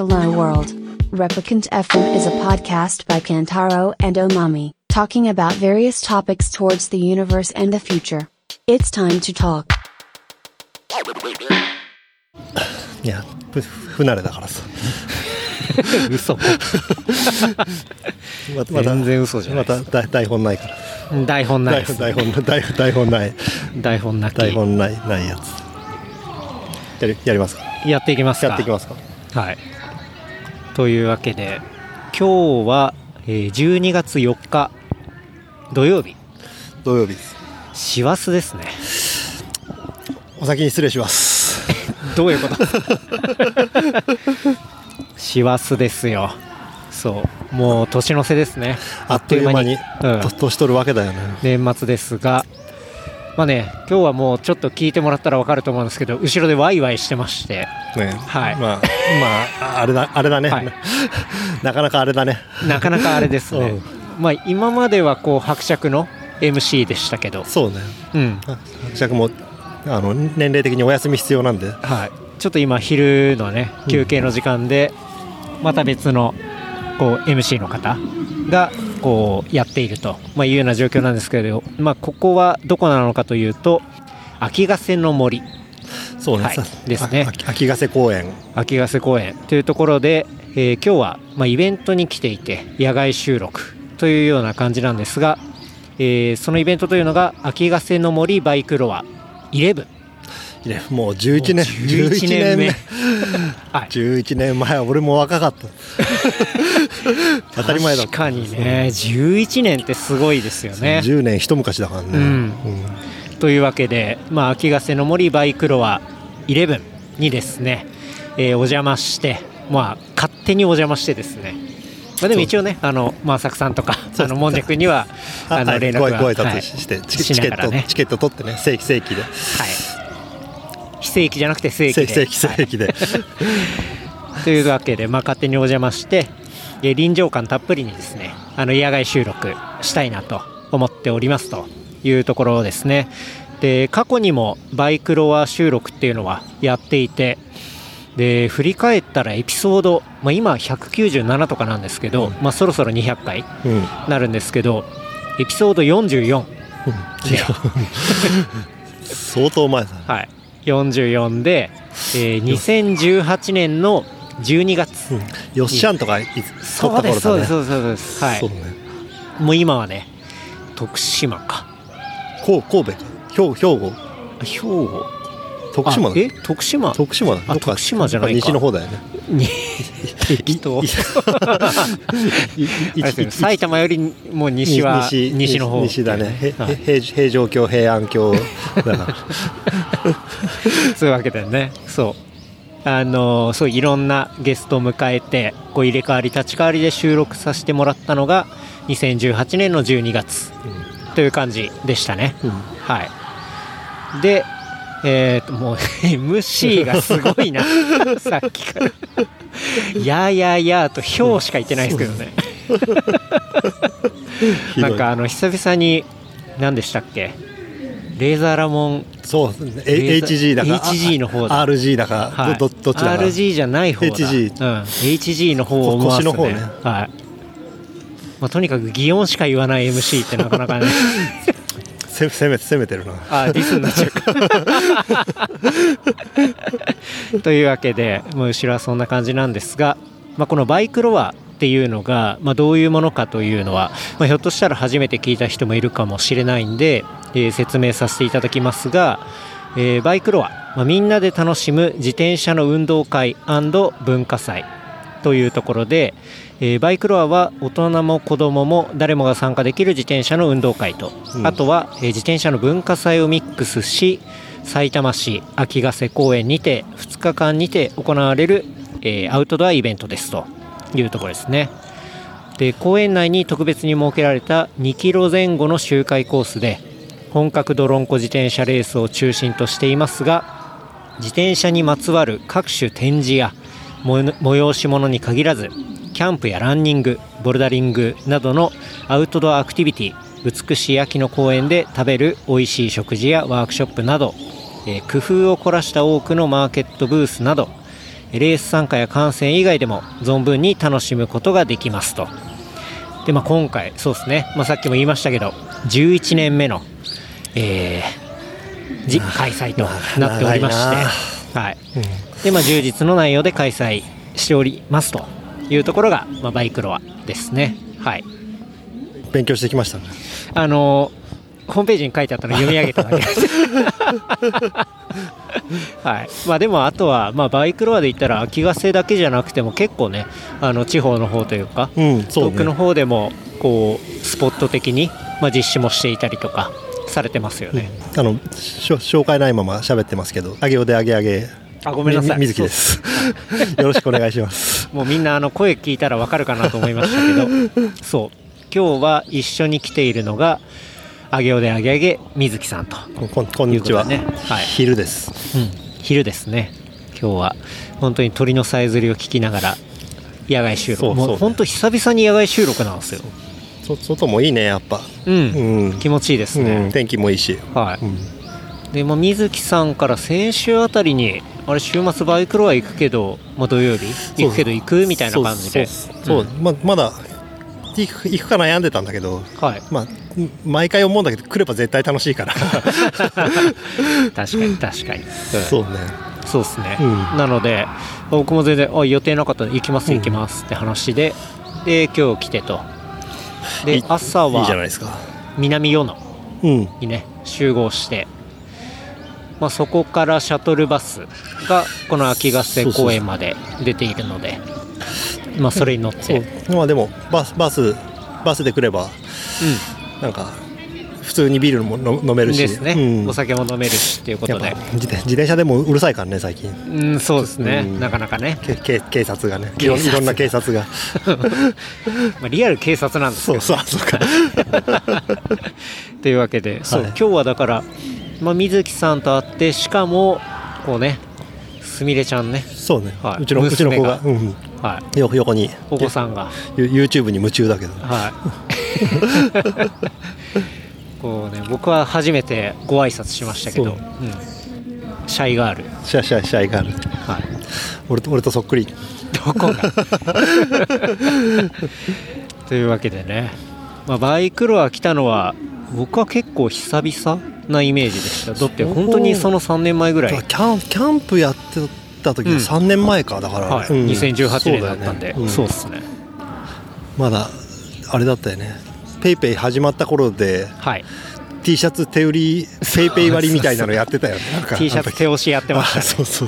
Hello World. Replicant FM is a podcast by Kantaro and Omami, talking about various topics towards the universe and the future. It's time to talk. いや、不慣れだからさ。 嘘。全然嘘じゃない。 また台本ないから。 台本ないです。 台本ない。 台本なき。 台本ないやつ。やりますか。 やっていきますか。 やっていきますか。 はい。というわけで今日は12月4日土曜日です。 師走ですね。 お先に失礼します。 どういうこと師走ですよ。そうもう年の瀬ですね。 あっという間に年取るわけだよね。 年末ですがまあね、今日はもうちょっと聞いてもらったら分かると思うんですけど後ろでワイワイしてまして、 ね、 はい、 まああれだね、はい、なかなかあれだね。 なかなかあれですね、まあ、今まではこう伯爵の MC でしたけどそうね、伯爵も年齢的にお休み必要なんで、 はい、ちょっと今昼のね休憩の時間でまた別のこう MC の方がこうやっていると、いうような状況なんですけれど、ここはどこなのかというと秋ヶ瀬の森、 そうね、 はい、ですね。 秋ヶ瀬公園というところで、今日はイベントに来ていて野外収録というような感じなんですが、そのイベントというのが秋ヶ瀬の森バイクロア11。 もう11年目はい、11年前は俺も若かった当たり前だった。 確かにね、11年ってすごいですよね。 10年一昔だからね、 というわけで、秋ヶ瀬の森バイクロア11にですね、お邪魔して、勝手にお邪魔してですね、でも一応ねサクさんとかモンジェ君には連絡はご挨拶して、チケット取ってね、正規で、はい、 非正規じゃなくて正規でというわけで、勝手にお邪魔して臨場感たっぷりにですね野外収録したいなと思っておりますというところですね。で過去にもバイクロア収録っていうのはやっていて、で振り返ったらエピソード、今197とかなんですけど、そろそろ200回なるんですけど、エピソード44、 相当前だ、 はい、44で、2018年の12月、 よっしゃんとか撮った頃だね。 そうです、はい、ね、もう今はね徳島か神戸か兵庫徳島だ。 徳島だ。徳島じゃないか。 西の方だよね。 埼玉よりも西は西の方。 西だね。平城京、平安京だから。 そういうわけだよね。そういろんなゲストを迎えてこう入れ替わり立ち替わりで収録させてもらったのが2018年の12月という感じでしたね。はい。で。もう MC がすごいなさっきからやとひょうしか言ってないですけどねなんか久々に何でしたっけ、レーザーラモン、 そう HG だか HG の方だ RG だか、はい、どっちだか RG じゃない方だ HG の方を思わせて、ね、 腰の方ね、 はい、とにかく擬音しか言わない MC ってなかなかね攻めてるな。 ディスになっちゃうかというわけでもう後ろはそんな感じなんですが、このバイクロアっていうのが、どういうものかというのは、ひょっとしたら初めて聞いた人もいるかもしれないんで、説明させていただきますが、バイクロア、みんなで楽しむ自転車の運動会&文化祭というところで、バイクロアは大人も子供も誰もが参加できる自転車の運動会と、あとは自転車の文化祭をミックスし、さいたま市秋ヶ瀬公園にて2日間にて行われる、アウトドアイベントですというところですね。で公園内に特別に設けられた2キロ前後の周回コースで本格ドロンコ自転車レースを中心としていますが、自転車にまつわる各種展示や催し物に限らず、キャンプやランニング、ボルダリングなどのアウトドアアクティビティ、美しい秋の公園で食べる美味しい食事やワークショップなど、工夫を凝らした多くのマーケットブースなど、 レース参加や観戦以外でも存分に楽しむことができますと。で、今回そうですね、さっきも言いましたけど11年目の、開催となっておりまして、はい、で、充実の内容で開催しておりますというところが、バイクロアですね。はい、 勉強してきましたね。 ホームページに書いてあったの読み上げただけです、はい。でもあとは、バイクロアで言ったら秋ヶ瀬だけじゃなくても結構ね、地方の方というか、遠くの方でもこうスポット的に、実施もしていたりとかされてますよね。 紹介ないまま喋ってますけど、あげおであげあげ、 ごめんなさい、 水木ですよろしくお願いしますもうみんな声聞いたら分かるかなと思いましたけどそう、今日は一緒に来ているのがあげおであげあげ水木さんと。 こんにちは、はい、昼です、 昼ですね。今日は本当に鳥のさえずりを聞きながら野外収録、もう本当久々に野外収録なんですよ。 外もいいね、やっぱ、 気持ちいいですね、 天気もいいし、 はい。で、水木さんから先週あたりにあれ週末バイクロア行くけど、土曜日行くけど行くみたいな感じで、 まだ行くか悩んでたんだけど、毎回思うんだけど来れば絶対楽しいから確かに、 そうね、 そうですね、なので僕も全然予定なかったので行きますって話で、今日来てと。で、朝はいいじゃないですか、 南与野にね、集合して、そこからシャトルバスがこの秋ヶ瀬公園まで出ているので、それに乗って、 でもバスで来れば、なんか普通にビールも飲めるしですね、お酒も飲めるしっていうことで、 自転車でもうるさいからね最近。 そうですね、なかなかね、 警察がね、いろんな警察がリアル警察なんですけど、 そうかというわけで、今日はだから、水木さんと会って、しかもこうね、すみれちゃんね、 そうね、うちの子が、横にお子さんが YouTube に夢中だけど、 こうね、僕は初めてご挨拶しましたけど、シャイガール、 シャイガール、俺とそっくり、 どこがというわけでね、バイクロア来たのは僕は結構久々なイメージでした。だって本当にその3年前ぐらい、 キャンプやってた時は3年前か、だから、 2018年だったんで、そうですね、 まだあれだったよね、ペイペイ始まった頃で、T シャツ手売りペイペイ割りみたいなのやってたよね T シャツ手押しやってましたね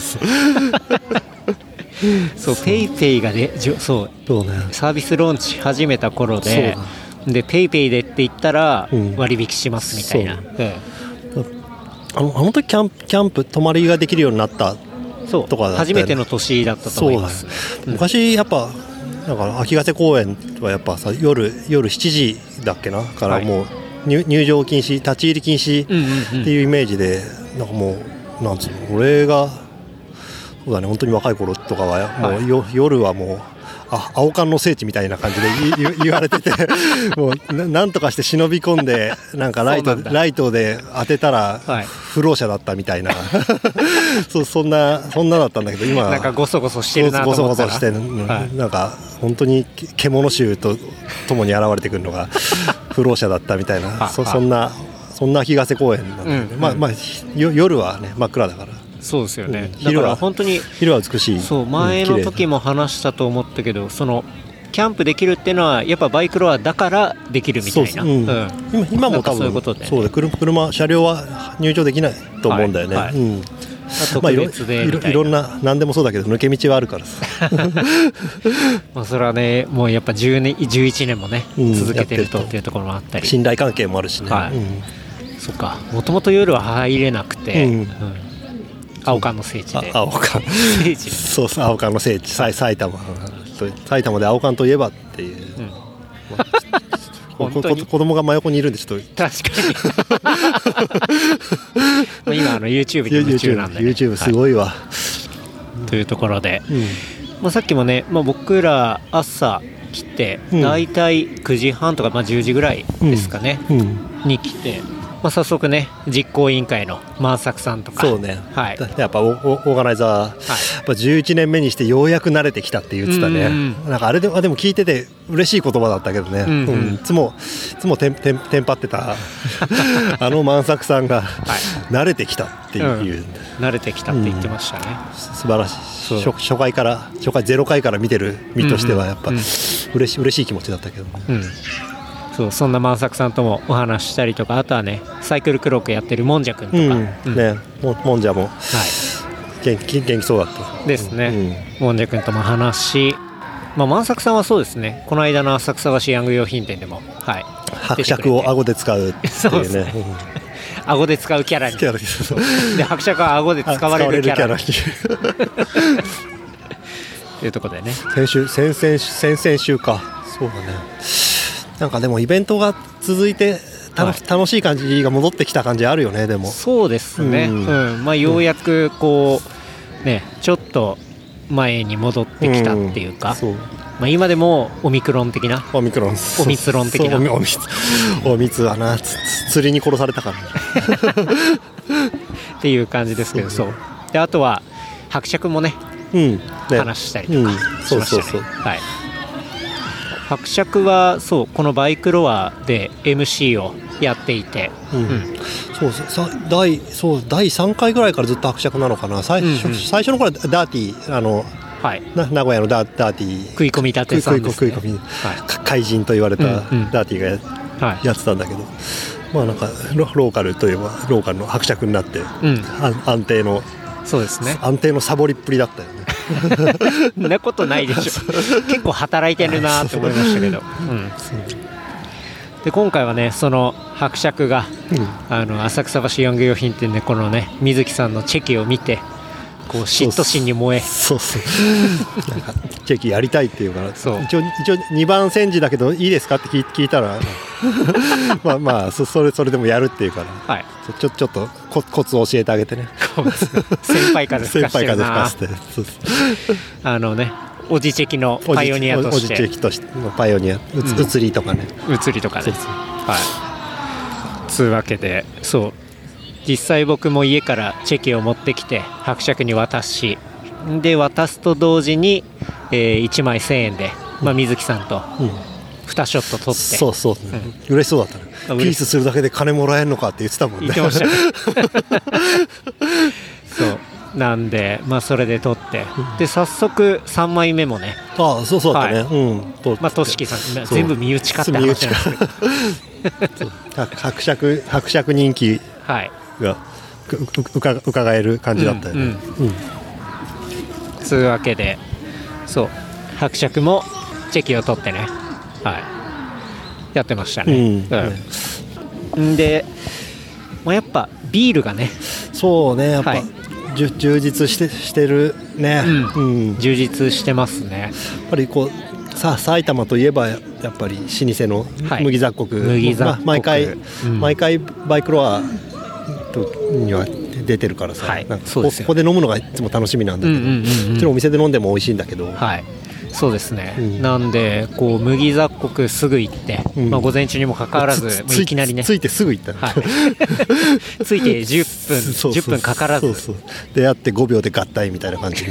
そうペイペイがね、そうね、サービスローンチ始めた頃で、ペイペイでって言ったら割引しますみたいな、 あの時キャンプ泊まりができるようになったとかだったよね、 初めての年だったと思います。 昔やっぱなんか秋ヶ瀬公園はやっぱさ、夜7時だっけなからもう入場禁止、立ち入り禁止っていうイメージで、なんかもうなんつうの、俺がそうだね、本当に若い頃とかはもう夜はもう青缶の聖地みたいな感じで言われててもうなんとかして忍び込んで、なんかライトで当てたら不老者だったみたいなそんなだったんだけど、今なんかゴソゴソしてるなと思ったら、 ゴソゴソして、なんか本当に獣臭とともに現れてくるのが不老者だったみたいなそんな秋ヶ瀬公園なんで、夜はね真っ暗だから。 そうですよね、だから本当に昼は美しい。 そう、前の時も話したと思ったけど、そのキャンプできるっていうのはやっぱバイクロアだからできるみたいな、 今も多分そうで、車両は入場できないと思うんだよね、 特別でみたいな、 いろんな何でもそうだけど抜け道はあるからさそれはね、もうやっぱ11年もね、続けてるとっていうところもあったり、 信頼関係もあるしね、 そっか、もともと夜は入れなくて、青缶の聖地で、 青缶そうそう、青缶の聖地、埼玉で青缶といえばっていう、子供が真横にいるんでちょっと確かに今YouTube に夢中なんで、 YouTube すごいわ、 というところで、さっきもね、僕ら朝来てだいたい9時半とか10時ぐらいですかね、に来て、 早速ね実行委員会の万作さんとか、 そうね、 はい、 やっぱオーガナイザー、はい、やっぱ11年目にしてようやく慣れてきたって言ってたね、なんかあれでも聞いてて嬉しい言葉だったけどね、いつもテンパってた万作さんが、慣れてきたっていう、 慣れてきたって言ってましたね、 素晴らしい。初回0回から見てる身としてはやっぱ、嬉しい気持ちだったけどね、 そんな万作さんともお話したりとか、あとはねサイクルクロークやってるもんじゃくんとか、 ね、もんじゃも、元気そうだったですね、もんじゃくんとも話し、万作さんはそうですね、この間の浅草橋ヤング用品店でも、 伯爵を顎で使うっていうね顎で使うキャラにで伯爵は顎で使われるキャラにというところでね、 先々週か、そうだね、なんかでもイベントが続いて楽しい感じが戻ってきた感じあるよね。でもそうですね、ようやくこうねちょっと前に戻ってきたっていうか、今でもオミクロン的なオミツロン的なおみつはな釣りに殺されたからっていう感じですけど、であとは伯爵もね、話したりとかしましたね。伯爵はこのバイクロアで MC をやっていて、第3回ぐらいからずっと伯爵なのかな。最初の頃はダーティー名古屋のダーティー食い込み立てさんですね、 怪人と言われたダーティーがやってたんだけど、なんかローカルといえばローカルの伯爵になって、安定のそうですね、 安定のサボりっぷりだったよねそんなことないでしょ結構働いてるなって思いましたけど、で今回はねその伯爵が、浅草橋ヤング用品店でこのね水木さんのチェキを見てこう嫉妬心に燃え、 なんかチェキやりたいっていうから一応2番煎じだけどいいですかって聞いたらそれでもやるっていうから、ちょっとコツを教えてあげてね先輩風吹かしてるなおじチェキのパイオニアとして、 おじチェキとしてのパイオニア、写りとかね、 つうわけで、実際僕も家からチェキを持ってきて伯爵に渡し、で渡すと同時に、1枚1000円で、水木さんと2ショット撮って、 嬉しそうだったね。ピースするだけで金もらえるのかって言ってたもんね。 言ってましたねなんで、それで撮って、で早速3枚目もね、 そうだったね、 としきさん全部身内かって話なんですけど伯爵人気が伺える感じだったよね。 そういうわけで伯爵もチェキを取ってね、やってましたね。で、やっぱビールがね、 やっぱ、充実してるね、 充実してますね。やっぱりこう埼玉といえばやっぱり老舗の麦雑穀、毎回バイクロアには出てるからさ、ここで飲むのがいつも楽しみなんだけど、もちろんお店で飲んでも美味しいんだけど、 そうですね、なんでこう麦雑穀すぐ行って、午前中にもかかわらずいきなりねついてすぐ行った、 ついて10分かからず出会って5秒で合体みたいな感じで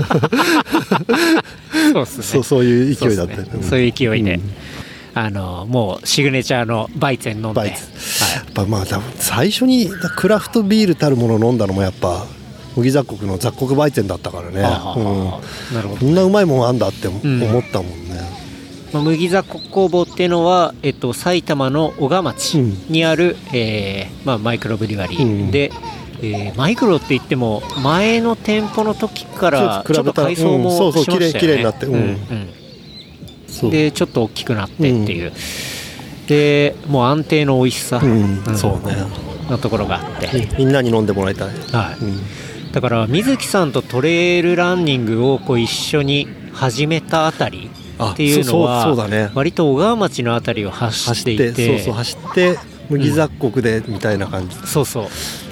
そういう勢いだったよね。 そういう勢いで、もうシグネチャーのバイツェン飲んで、 最初にクラフトビールたるものを飲んだのもやっぱ麦雑穀の雑穀バイツェンだったからね。 なるほど。 こんなうまいもんあんだって思ったもんね。 麦雑穀工房っていうのは、埼玉の小川町にある、マイクロブリュワリーで、マイクロって言っても前の店舗の時からちょっと改装もしましたよね。 綺麗になって、 でちょっと大きくなってっていう、でもう安定の美味しさ、のところがあって、 みんなに飲んでもらいたい。 だから水木さんとトレイルランニングをこう一緒に始めたあたりっていうのは割と小川町のあたりを走っていて、 走って麦雑穀でみたいな感じ、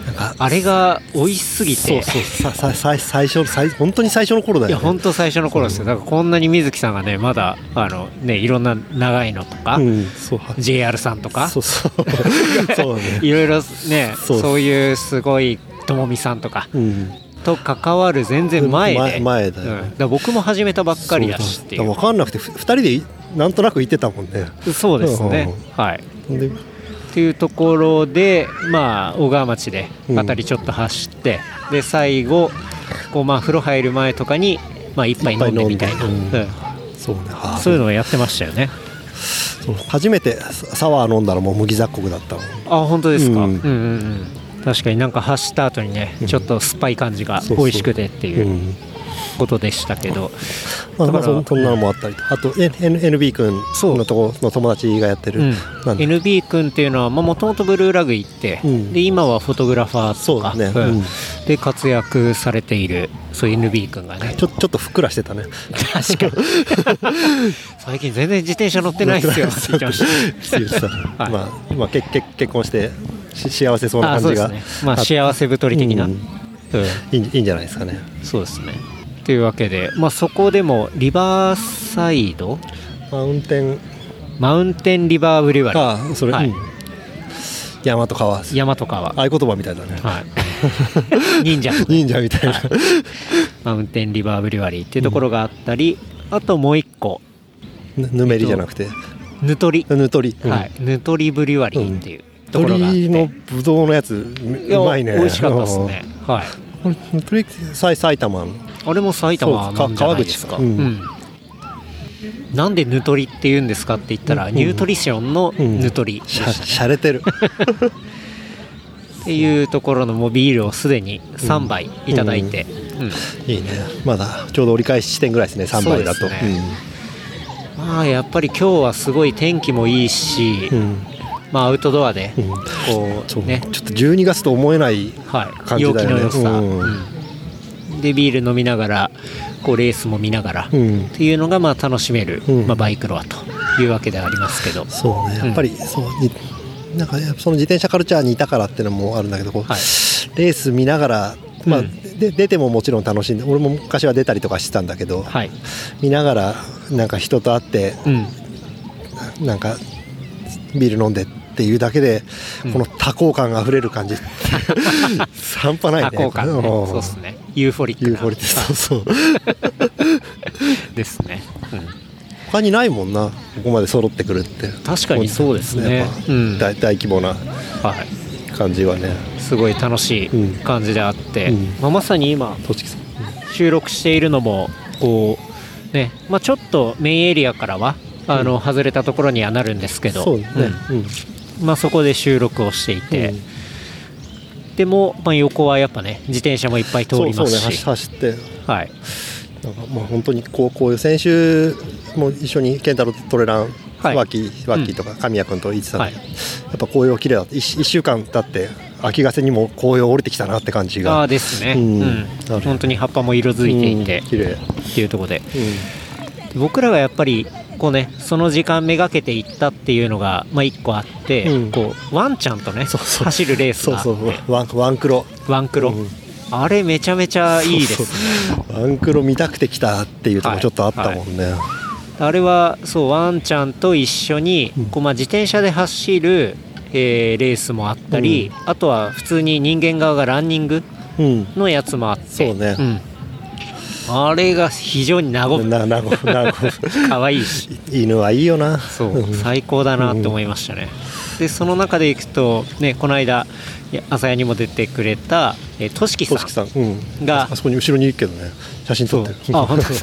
なんかあれが美味しすぎて、 本当に最初の頃だよね。 いや本当最初の頃ですよ。だからこんなに水木さんがねまだねいろんな長いのとか、 そう JR さんとかそうねいろいろねそういうすごいともみさんとか、と関わる全然前で、 前だよ、 だから僕も始めたばっかりだしっていう。 分かんなくて2人でなんとなく行ってたもんね。 そうですね、はい。っていうところで、小川町で辺りちょっと走って、で最後こう風呂入る前とかに一杯飲んでみたいな、そういうのをやってましたよね。 初めてサワー飲んだらもう麦雑穀だったの。 あ、本当ですか。確かになんか走った後にね、ちょっと酸っぱい感じが美味しくてっていうことでしたけど、 そんなのもあったりと、あと NB 君のとこの友達がやってる、 NB 君っていうのはもともとブルーラグ行って、で今はフォトグラファーとか、で活躍されているそういう NB 君がね、 ちょっとふっくらしてたね。 確かに最近全然自転車乗ってないですよって言ってました結婚して幸せそうな感じが、 幸せ太り的な、 いいんじゃないですかね。 そうですね。というわけで、そこでもリバーサイドマウンテンリバーブリュワリー、 それ、大和川合言葉みたいだね、 忍者みたいな、 マウンテンリバーブリュワリーっていうところがあったり、あともう一個ぬめりじゃなくてぬとり、 ぬとりブリュワリーっていうところがあって、 のぶどうのやつうまいね。 美味しかったですね。 ぬとり埼玉の、 あれも埼玉なんじゃないですか。なんでぬとりって言うんですかって言ったら、ニュートリションのぬとりでしたね。 しゃれてるっていうところのもうビールをすでに3杯いただいて、 いいね。まだちょうど折り返し地点ぐらいですね、3杯だと。 やっぱり今日はすごい天気もいいし、アウトドアでこうね、 ちょっと12月と思えない感じだよね、 陽気の良さ、でビール飲みながらこうレースも見ながらっていうのが楽しめる、バイクロアというわけでありますけど、 そうね、やっぱりなんかその自転車カルチャーにいたからっていうのもあるんだけど、レース見ながら、出てももちろん楽しんで、俺も昔は出たりとかしてたんだけど、見ながらなんか人と会って、なんかビール飲んでっていうだけで、この多幸感あふれる感じ半端ないね。 多幸感ね、そうですね。ユーフォリックなそうですね。 他にないもんな、ここまで揃ってくるって。 確かにそうですね。 大規模な感じはね、 すごい楽しい感じであって、まさに今収録しているのもこうね、ちょっとメインエリアからは外れたところにはなるんですけど、そこで収録をしていて、でも横はやっぱね自転車もいっぱい通りますし、 走って、なんか本当にこういう先週も一緒に健太郎とトレラン、ワッキーとか神谷君と言ってたんで、やっぱ紅葉綺麗だって、1週間経って秋ヶ瀬にも紅葉降りてきたなって感じがですね。本当に葉っぱも色づいていて、 綺麗っていうところで、僕らがやっぱりこうね、その時間めがけていったっていうのが1個あって、こうワンちゃんとね走るレースがあって、 ワンクロ、 あれめちゃめちゃいいですね。 ワンクロ見たくて来たっていうところちょっとあったもんね。 あれはワンちゃんと一緒にこう自転車で走るレースもあったり、あとは普通に人間側がランニングのやつもあって、あれが非常に可愛いし、 犬はいいよな。 最高だなって思いましたね。でその中でいくとね、この間朝屋にも出てくれたとしきさんが、 あそこに後ろにいるけどね、写真撮ってる。 本当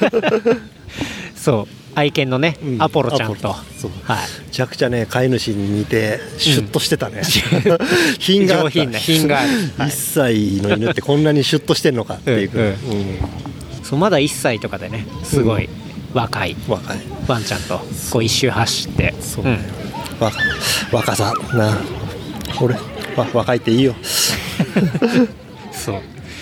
そう愛犬のね、アポロちゃんと、めちゃくちゃね飼い主に似てシュッとしてたね。品があった。 品がある。 1歳の犬ってこんなにシュッとしてんのかっていう。 まだ1歳とかでね、すごい若いワンちゃんとこう一周走って、 若さな、俺若いっていいよ。 そう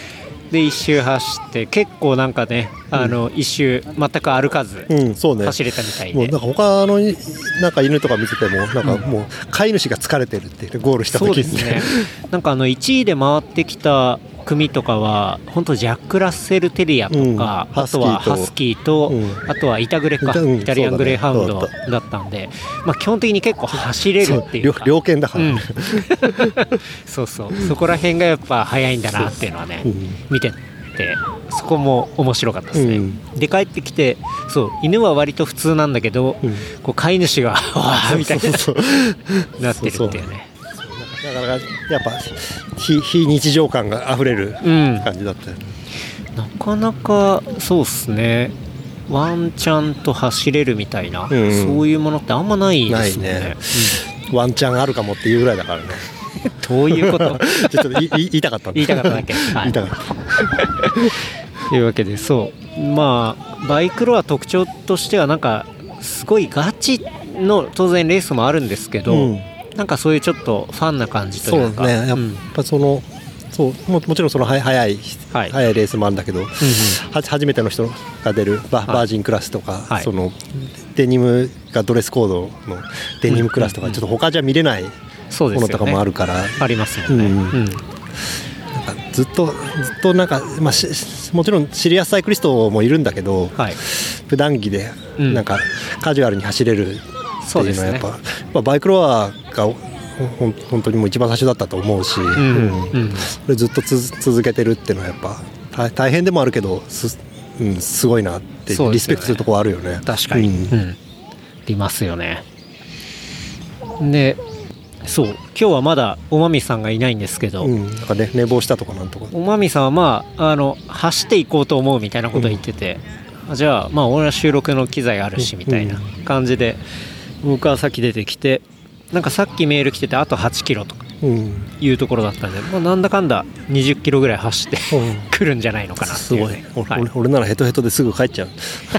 で一周走って結構なんかね一周全く歩かず走れたみたいで、 もうなんか他のなんか犬とか見ててもなんかもう飼い主が疲れてるってゴールした時に、 そうですねなんか1位で回ってきた組とかは本当ジャック・ラッセル・テリアとか、あとはハスキーと、あとはイタグレか、イタリアングレーハウンドだったんで、基本的に結構走れるっていうか猟犬だから、 そうそこら辺がやっぱ速いんだなっていうのはね、見ててそこも面白かったですね、で帰ってきてそう犬は割と普通なんだけど、こう飼い主がわーみたいになってるっていうね、 だからやっぱ非日常感があふれる感じだったよね、 なかなかそうっすね、ワンちゃんと走れるみたいな、そういうものってあんまないですね。 ないね、ワンチャンあるかもっていうぐらいだからねどういうことちょっと言いたかったんだ、 言いたかっただけ、はい、 言いたかったというわけで、そうバイクロは特徴としてはなんかすごいガチの当然レースもあるんですけど、なんかそういうちょっとファンな感じというか、 そうね、やっぱもちろんその速いレースもあるんだけど、初めての人が出るバージンクラスとか、そのデニムがドレスコードのデニムクラスとか、ちょっと他じゃ見れないものとかもあるから、 ありますよね、 なんかずっとなんか、もちろんシリアスサイクリストもいるんだけど、普段着でなんかカジュアルに走れるっていうのはやっぱバイクロアが本当にもう一番最初だったと思うし、それずっと続けてるっていうのはやっぱ大変でもあるけどすごいなってリスペクトするところあるよね。 確かに、ありますよね。でそう今日はまだおまみさんがいないんですけど、 なんかね、寝坊したとかなんとか、 おまみさんは走っていこうと思うみたいなことを言ってて、じゃあ俺は収録の機材あるしみたいな感じで、僕はさっき出てきて、なんかさっきメール来ててあと8キロとかいうところだったんで、なんだかんだ20キロぐらい走ってくるんじゃないのかなっていうね。 すごい、俺ならヘトヘトですぐ帰っちゃう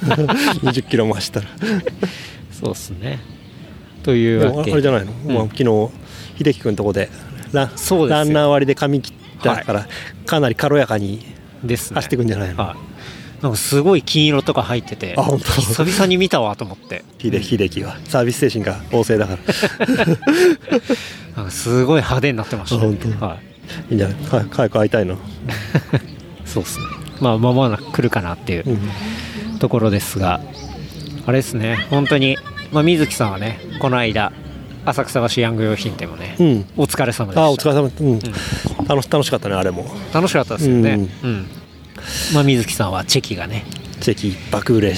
20キロも走ったらそうっすね。というわけで、 あれじゃないの、昨日秀樹君のとこでランナー割りで髪切ったから、かなり軽やかに走っていくんじゃないの。 なんかすごい金色とか入ってて、久々に見たわと思って。 秀樹はサービス精神が旺盛だからなんかすごい派手になってましたね。 いいんじゃない、早く会いたいなそうですね、間もなく来るかなっていうところですが、あれですね、本当に、水木さんはね、この間浅草橋ヤング用品店もね、お疲れ様でした。 お疲れ様、楽しかったね。あれも楽しかったですよね。水木さんはチェキがね、 爆売れ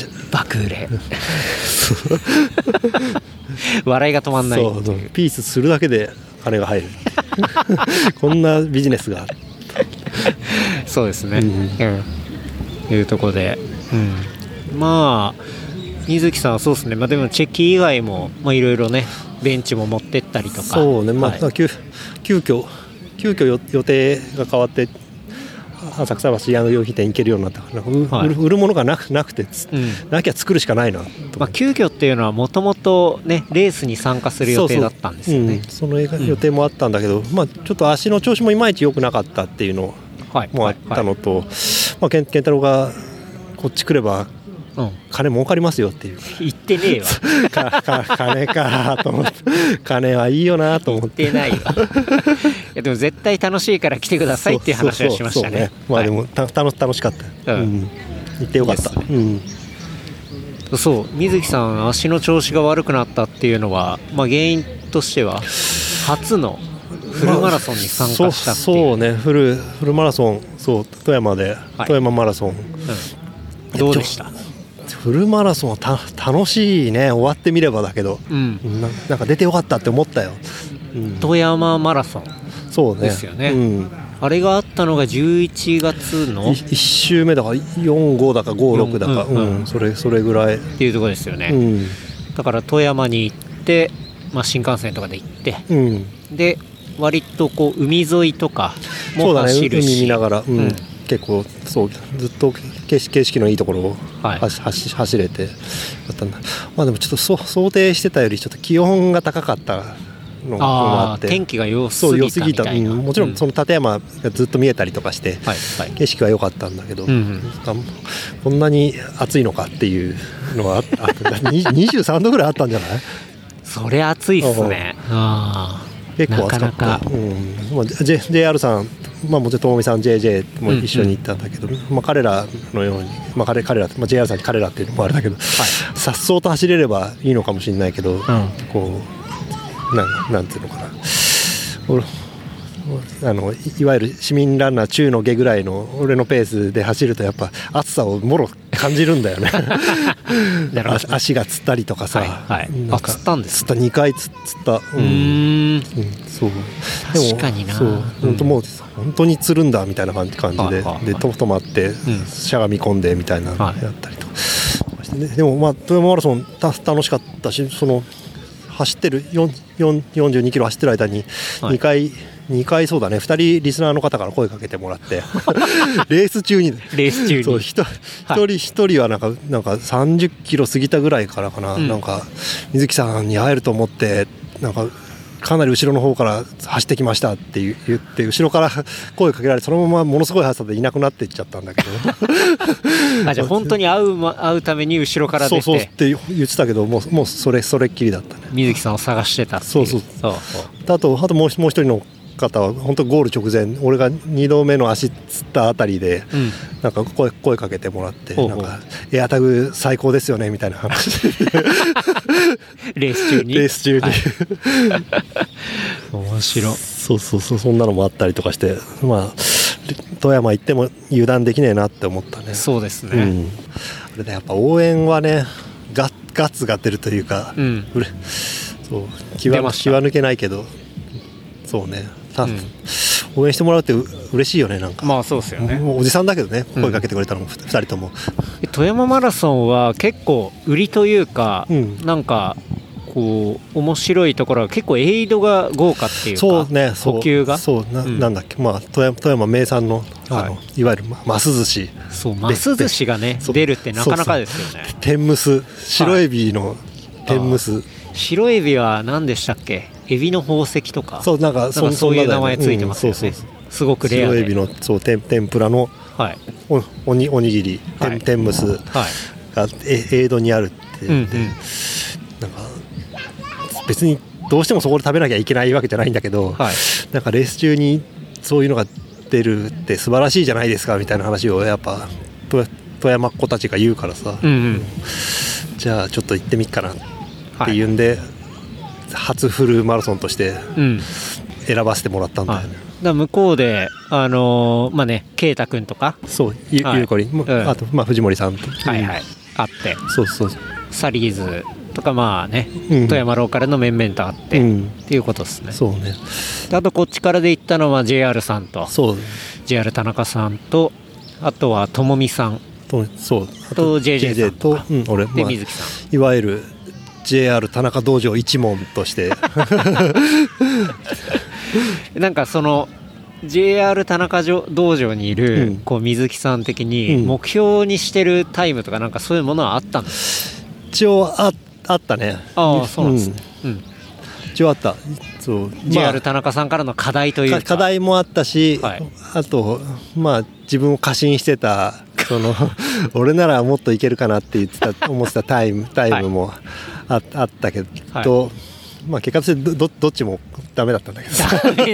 笑いが止まんない。 そうピースするだけで金が入るこんなビジネスがそうですね、いうところで、水木さんはそうですね、でもチェキ以外もいろいろね、ベンチも持ってったりとか、 そうね、急遽予定が変わって浅草橋ヤング用品店行けるようになったから、売るものがなくて、なきゃ作るしかないなと、 急遽っていうのはもともとね、レースに参加する予定だったんですよね。 その予定もあったんだけど、ちょっと足の調子もいまいち良くなかったっていうのもあったのと、健太郎がこっち来れば金儲かりますよっていう、 言ってねえわ金かと思って金はいいよなと思って。 言ってないわいやでも絶対楽しいから来てくださいっていう話はしましたね。 でも楽しかった、行ってよかった、 そう、水木さん足の調子が悪くなったっていうのは、原因としては初のフルマラソンに参加したっていう、 そうね、フルマラソン、そう富山マラソン、 どうでした？ フルマラソンは楽しいね。終わってみればだけど、なんか出てよかったって思ったよ、 富山マラソンそうねですよね、あれがあったのが11月の 1週目だから45だか56だか、それぐらいっていうところですよね、だから富山に行って、新幹線とかで行って、で割とこう海沿いとかも走るし、 海見ながら、結構そうずっと景色のいいところを、走れてだったんだ。でもちょっと想定してたよりちょっと気温が高かったのもあって、 天気が良すぎたみたいな、 もちろんその立山がずっと見えたりとかして、景色は良かったんだけど、こんなに暑いのかっていうのは23度ぐらいあったんじゃない？ それ暑いっすね。 結構暑かった。JR さん、もちろんともみさん JJ も一緒に行ったんだけど、彼らのように、彼ら、JR さんに彼らっていうのもあれだけど、さっそうと走れればいいのかもしれないけど、こうなんていうのかな、いわゆる市民ランナー中の下ぐらいの俺のペースで走るとやっぱ暑さをもろ感じるんだよね。足がつったりとかさ、 つったんですか？ 2回つった。そう。 確かにな。 もう本当につるんだみたいな感じで、止まってしゃがみ込んでみたいなのやったりとか。でも富山マラソン楽しかったし、その走ってる42キロ走ってる間に2回そうだね、2人リスナーの方から声かけてもらってレース中にそう一人はなんか30キロ過ぎたぐらいからかな、なんか水木さんに会えると思ってなんかかなり後ろの方から走ってきましたって言って後ろから声かけられてそのままものすごい速さでいなくなっていっちゃったんだけどじゃあ本当に会うために後ろから出てそうって言ってたけどもうそれっきりだったね。 水木さんを探してたっていう。そうあともう一人の方は本当ゴール直前俺が2度目の足つったあたりで、なんか声かけてもらってなんかエアタグ最高ですよねみたいな話レース中に、面白い。 そうそんなのもあったりとかして、富山行っても油断できねえなって思ったね。 そうですね、 あれでやっぱ応援はねガッツが出るというか、そう気は抜けないけど、そうね、応援してもらうって嬉しいよね。なんかそうですよね。 もうおじさんだけどね、声かけてくれたのも2人とも。 富山マラソンは結構売りというか、なんかこう面白いところは結構エイドが豪華っていうか、 そうね、 補給がなんだっけ、富山名産のいわゆるマス寿司、 マス寿司がね出るってなかなかですよね。 天むす、白エビの天むす、 白エビは何でしたっけ？エビの宝石とか、 なんかそういう名前ついてますよね。すごくレアで白エビの天ぷらのおにぎり、天むすがエイドにあるって言って、なんか別にどうしてもそこで食べなきゃいけないわけじゃないんだけど、なんかレース中にそういうのが出るって素晴らしいじゃないですかみたいな話をやっぱ富山っ子たちが言うからさ、じゃあちょっと行ってみっかなっていうんで、初フルマラソンとして選ばせてもらったんだよね。 だ向こうで圭太君とかゆうこりん、あと藤森さんと会ってサリーズとか富山ローカルの面々と会ってっていうことですね。 そうね。 あとこっちからで行ったのは JR さんと JR 田中さんとあとはともみさんと JJ さんと俺で水木さん、いわゆるJR 田中道場一門としてなんかその JR 田中道場にいる水木さん的に目標にしてるタイムとかなんかそういうものはあったんですか？ 一応あったね。 そうなんですね。 一応あった。 JR 田中さんからの課題というか課題もあったし、あと自分を過信してた俺ならもっといけるかなって思ってたタイムもあったけど、結果としてどっちもダメだったんだけど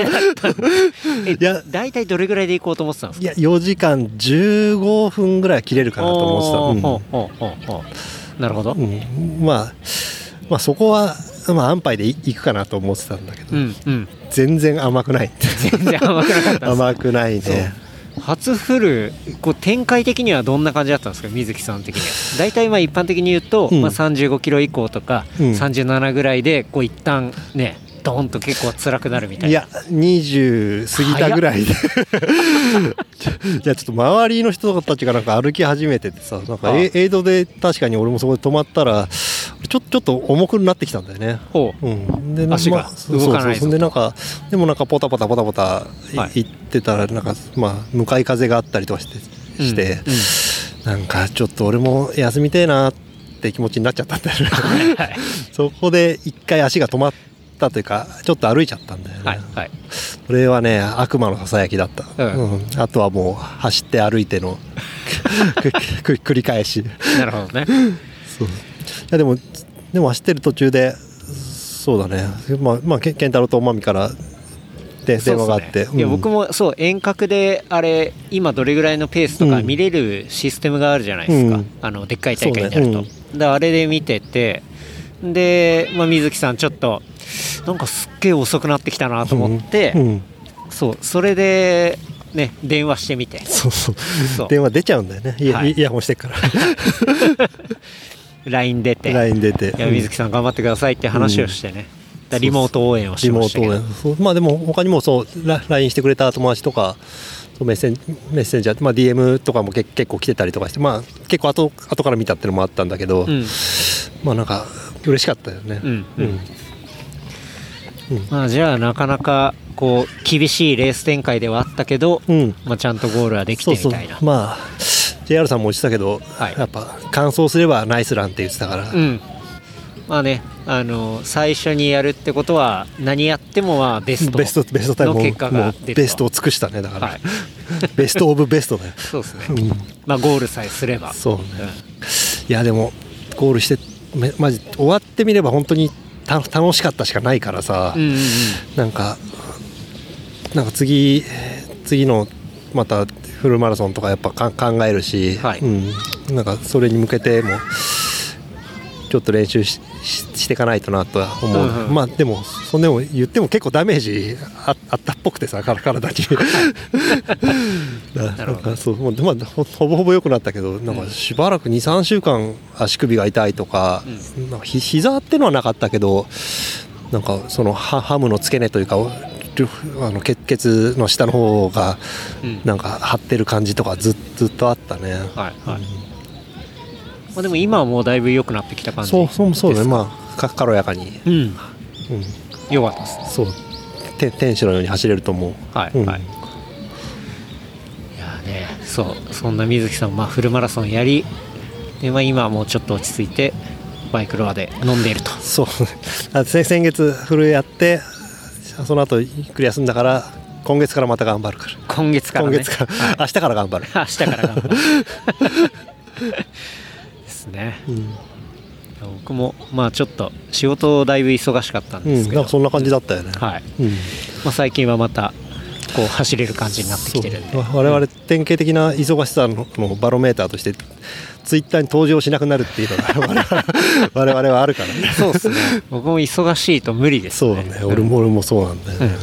だいたいどれぐらいで行こうと思ってたんですか？ いや4時間15分ぐらいは切れるかなと思ってた。 なるほど。 そこは安牌で行くかなと思ってたんだけど、全然甘くない。 全然甘くなかった。 甘くないね。 初フル展開的にはどんな感じだったんですか、水木さん的には。大体一般的に言うと、35キロ以降とか、37ぐらいで一旦ねドーンと結構辛くなるみたいな。 いや20過ぎたぐらいでじゃあちょっと周りの人たちがなんか歩き始めててさ、なんかエイドで確かに俺もそこで止まったらちょっと重くなってきたんだよね。 で足が動かないぞと。 でもなんかポタポタ行ってたらなんか向かい風があったりとかして、なんかちょっと俺も休みてえなって気持ちになっちゃったんだよねそこで一回足が止まっったというかちょっと歩いちゃったんだよね、 はいはい、 それはね悪魔のささやきだった、あとはもう走って歩いての繰り返し。 なるほどね。 そういやでも走ってる途中でそうだね、健太郎とまみから電話があって、 いや僕もそう遠隔であれ今どれぐらいのペースとか見れるシステムがあるじゃないですか、でっかい大会になると、であれで見てて、で、水木さんちょっとなんかすっげえ遅くなってきたなと思って、それでね電話してみて、 そう電話出ちゃうんだよね、イヤホンしてっから LINE 出て、いや水木さん頑張ってくださいって話をしてね、リモート応援をしましたけど、 でも他にもそう LINE してくれた友達とかメッセンジャー、DM とかも結構来てたりとかして、結構後から見たっていうのもあったんだけど、なんか嬉しかったよね。 じゃあなかなかこう厳しいレース展開ではあったけど、ちゃんとゴールはできてみたいな。 JR さんも言ってたけど、やっぱ完走すればナイスランって言ってたから、最初にやるってことは何やってもベストタイムの結果が出ると、ベストを尽くしたね、だから、ベストオブベストだよ。 そうですね、ゴールさえすれば。そうね、 いやでもゴールしてマジ終わってみれば本当に楽しかったしかないからさ、なんか次のまたフルマラソンとかやっぱ考えるし、なんかそれに向けてもちょっと練習していかないとなとは思う。でもそんでも言っても結構ダメージあったっぽくてさ、体になんかそう、ほぼほぼ良くなったけど、なんかしばらく 2,3 週間足首が痛いとか、なんか膝ってのはなかったけど、なんかそのハムの付け根というか血の下の方がなんか張ってる感じとかずっとあったね。 でも今はもうだいぶ良くなってきた感じですか？ そうね、軽やかに、 良かったです。 そう、天使のように走れると思う。いやね、そんな水木さんフルマラソンやりで、今はもうちょっと落ち着いてバイクロアで飲んでいると。 そう先月フルやって、その後ゆっくり休んだから今月からまた頑張るから。 今月から、明日から頑張るですね。僕もちょっと仕事だいぶ忙しかったんですけど、 そんな感じだったよね。 最近はまたこう走れる感じになってきてるんで、 我々典型的な忙しさのバロメーターとしてツイッターに登場しなくなるっていうのが我々はあるからね。 そうですね、僕も忙しいと無理ですね。 そうね、俺もそうなんだよね。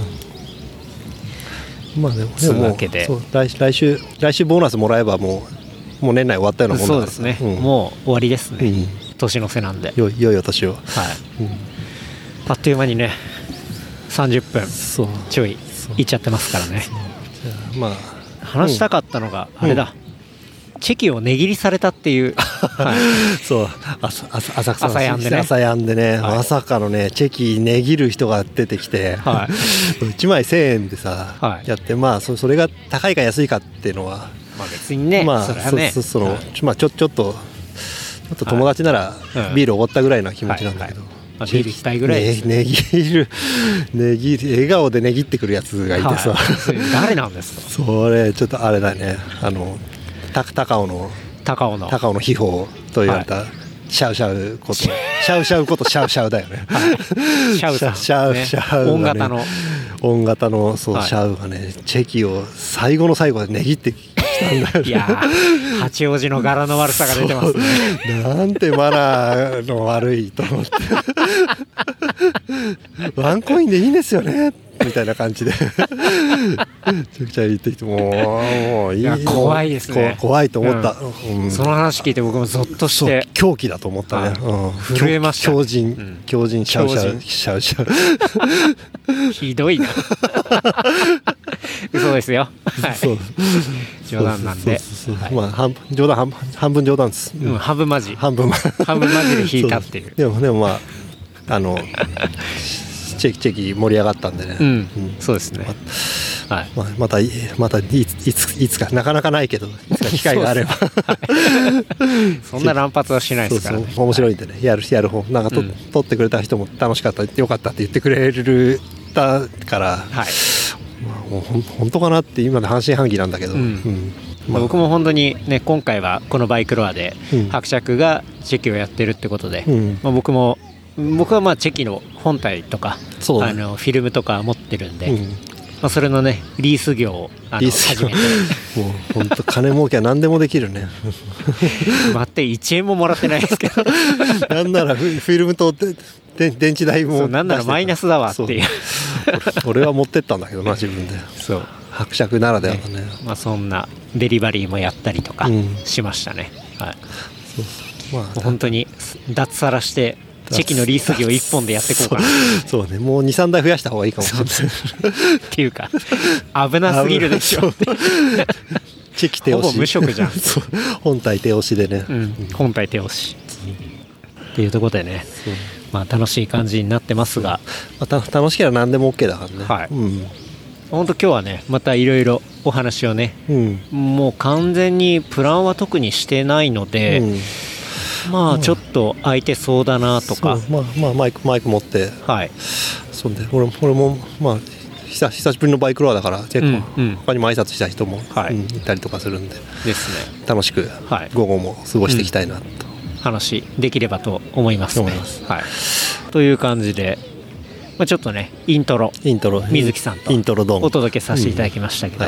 でも来週ボーナスもらえばもう年内終わったようなもんだから。 そうですね、もう終わりですね、年の瀬なんで。 よいお年を。 あっという間にね30分ちょいいっちゃってますからね。話したかったのがあれだ、チェキを値切りされたっていう、 そう朝やんでね、まさかのねチェキ値切る人が出てきて、1枚1000円でさ、やって、それが高いか安いかっていうのは別にね、それはね、 ちょっと友達ならビールおごったぐらいな気持ちなんだけど、 ビール1杯ぐらいですね。笑顔で値切ってくるやつがいてさ、 誰なんですか？ それちょっとあれだね、高尾の秘宝と言われたシャウシャウことシャウシャウだよね。 シャウさん、 シャウ音型のシャウがね、チェキを最後の最後で値切ってきたんだよね。 いや八王子の柄の悪さが出てますね。 なんてマナーの悪いと思ってワンコインでいいんですよねみたいな感じでちゃくちゃ言ってきて、もういい。 怖いですね。 怖いと思った、 その話聞いて僕もゾッとして狂気だと思ったね。 震えました。 狂人シャウシャウひどいな嘘ですよ。冗談なんで、 半分冗談です。 半分マジ、半分マジで引いたっていう。 でもチェキ盛り上がったんでね、 そうですね、はい、 またいつかなかなかないけどいつか機会があればそんな乱発はしないですからね。 面白いんでね、やる方なんか撮ってくれた人も楽しかったよかったって言ってくれるから、もう本当かなって今で半信半疑なんだけど、 僕も本当にね今回はこのバイクロアで伯爵がチェキをやってるってことで、僕はまあチェキの本体とか、フィルムとか持ってるんで、それのねリース業を始めてもう本当金儲けは何でもできるね待って1円ももらってないですけどなんならフィルムと電池代もなんならマイナスだわっていう俺は持ってったんだけどな自分で。 そう伯爵ならではだね。 そんなデリバリーもやったりとかしましたね、本当に脱サラしてチェキのリース業1本でやっていこうかなそうね、もう 2,3 台増やした方がいいかもしれないっていうか危なすぎるでしょチェキ手押しほぼ無職じゃん本体手押しでね、 本体手押しっていうところでね、楽しい感じになってますが、 楽しければ何でも OK だからね。 本当今日はねまたいろいろお話をね、もう完全にプランは特にしてないので、ちょっと空いてそうだなとか、 マイク持って、そんで俺も久しぶりのバイクロアだから結構他にも挨拶した人もいたりとかするんで、 ですね、 楽しく午後も過ごしていきたいなと、 話できればと思いますね。という感じで、ちょっとねイントロ水木さんとお届けさせていただきましたけど、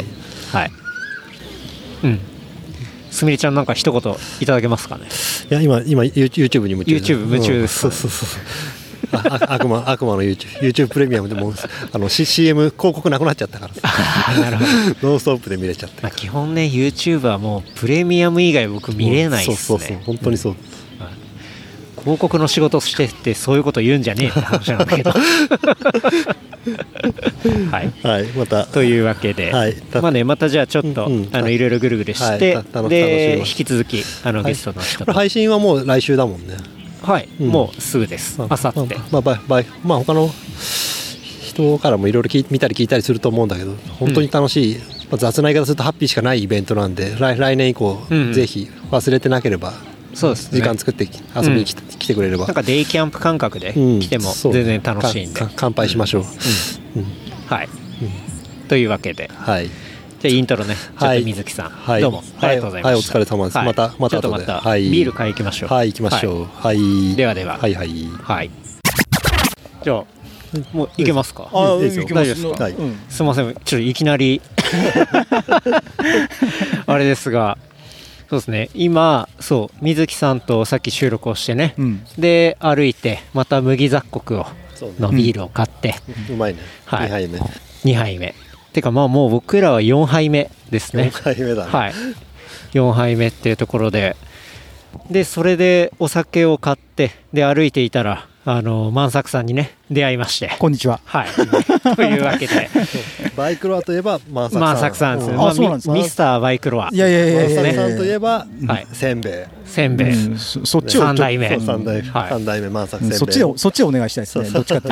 すみれちゃんなんか一言いただけますかね。 いや今 YouTube に夢中です。 YouTube 夢中です。 悪魔の YouTube プレミアムでもCM 広告なくなっちゃったからなるほどノンストップで見れちゃって、 基本ね YouTube はもうプレミアム以外僕見れないですね。 そう本当にそう、 広告の仕事してってそういうこと言うんじゃねえって話なんだけどまたというわけで、またじゃあちょっといろいろぐるぐるして、で引き続きゲストの人と配信はもう来週だもんね。 もうすぐです。あさって。 他の人からもいろいろ見たり聞いたりすると思うんだけど、本当に楽しい、雑な言い方するとハッピーしかないイベントなんで、来年以降ぜひ忘れてなければ時間作って遊びに来てくれれば、 なんかデイキャンプ感覚で来ても全然楽しいんで、 乾杯しましょう。 というわけで、じゃあイントロね、ちょっと水木さん、どうもありがとうございました。 お疲れ様です。またちょっとまたビール買い行きましょう。 行きましょう。 ではでは、じゃあもう行けますか。 大丈夫ですか。すみません、ちょっといきなりあれですが、そうですね、今水木さんとさっき収録をしてね、で歩いてまた麦雑穀のビールを買って、 うまいね。 2杯目てかもう僕らは4杯目ですね。 4杯目だね。 4杯目っていうところで、それでお酒を買ってで歩いていたら万作さんにね出会いまして、 こんにちは。 というわけでバイクロアといえば万作さんですね。ミスターバイクロア。 いや万作さんといえばせんべい。 そっちを 3代目。 3代目万作せんべい。 そっちをお願いしたいですね。どっちかっていう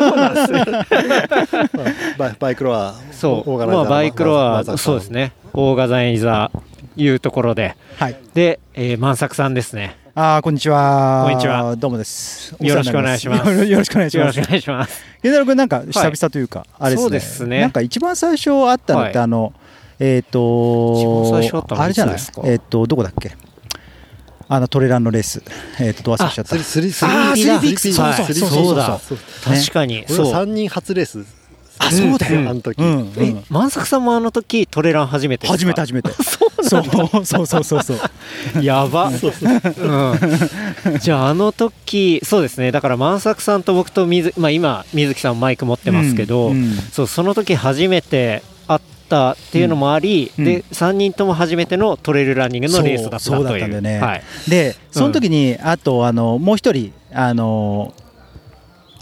とバイクロア。 バイクロア、そうですね。オーガザイザーいうところで、で万作さんですね。 こんにちは。 こんにちは。 どうもです。 よろしくお願いします。 よろしくお願いします。源太郎君なんか久々というか、あれですね。なんか一番最初会ったのってあれじゃないですか。どこだっけ。トレランのレース、ど忘れしちゃった。 スリーそうだ。確かに。 3人初レース。 そうだよ。 あの時。 万作さんもあの時トレラン初めて。 初めて。そうやば。じゃああの時そうですね。だから万作さんと僕と今水木さんマイク持ってますけど、その時初めて会ったっていうのもあり、で3人とも初めてのトレイルランニングのレースだったという。そうだったんだよね。 でその時にあともう一人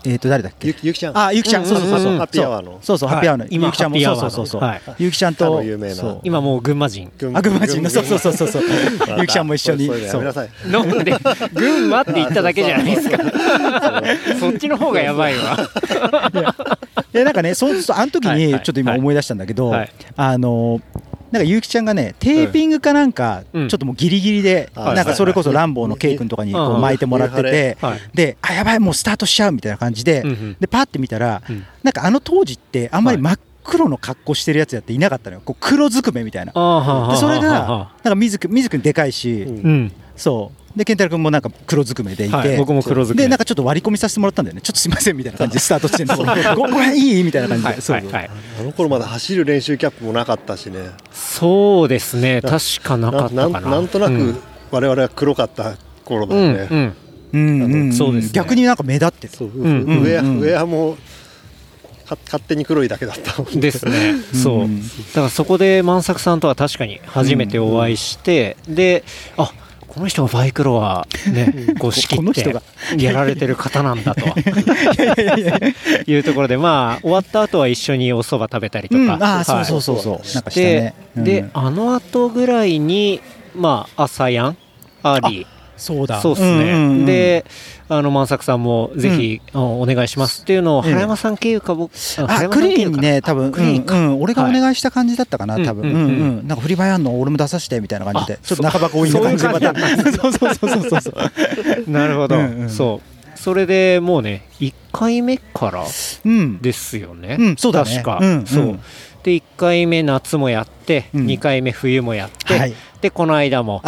誰だっけ、 ゆきちゃん、 ゆきちゃん、そうそうそう、 ハッピーアワーの、 そうそう、ハッピーアワーの今ゆきちゃんも、そうそうそう、ゆきちゃんと有名な、 今もう群馬人、 群馬人の、そうそうそうそう、ゆきちゃんも一緒に、 やめなさい、 なんで群馬って言っただけじゃないですかそっちの方がやばいわいやなんかね、そうあの時にちょっと今思い出したんだけど、なんかゆうきちゃんがねテーピングかなんかちょっともうギリギリでなんかそれこそランボーのケイ君とかにこう巻いてもらってて、でやばいもうスタートしちゃうみたいな感じで、でパッて見たらなんかあの当時ってあんまり真っ黒の格好してるやつやっていなかったのよ。こう黒ずくめみたいな。でそれがなんか水くんでかいし、そうで健太郎君もなんか黒ずくめでいて、 僕も黒ずくめでなんかちょっと割り込みさせてもらったんだよね。ちょっとすいませんみたいな感じでスタートしてるのごめんいいみたいな感じで、 あの頃まだ走る練習キャップもなかったしね。 そうですね、確かなかったかな。 なんとなく我々は黒かった頃だよね。 そうですね、 逆になんか目立ってる。 ウェアも勝手に黒いだけだったですね。そうだからそこで万作さんとは確かに初めてお会いして、でこの人がバイクロアねこう仕切ってやられてる方なんだというところで、まあ終わった後は一緒にお蕎麦食べたりとか、 そうなんかしたね。 であの後ぐらいにまあ朝やんアーリー、そうですね、で万作さんもぜひお願いしますっていうのを原山さん経由か僕クリーンにね多分俺がお願いした感じだったかな多分。なんかフリーバイあんの俺も出させてみたいな感じでちょっと半ば強引な感じでまたそうなるほど。そうそれでもうね1回目からですよね。 そうだね。 確かそうで1回目夏もやって2回目冬もやってでこの間も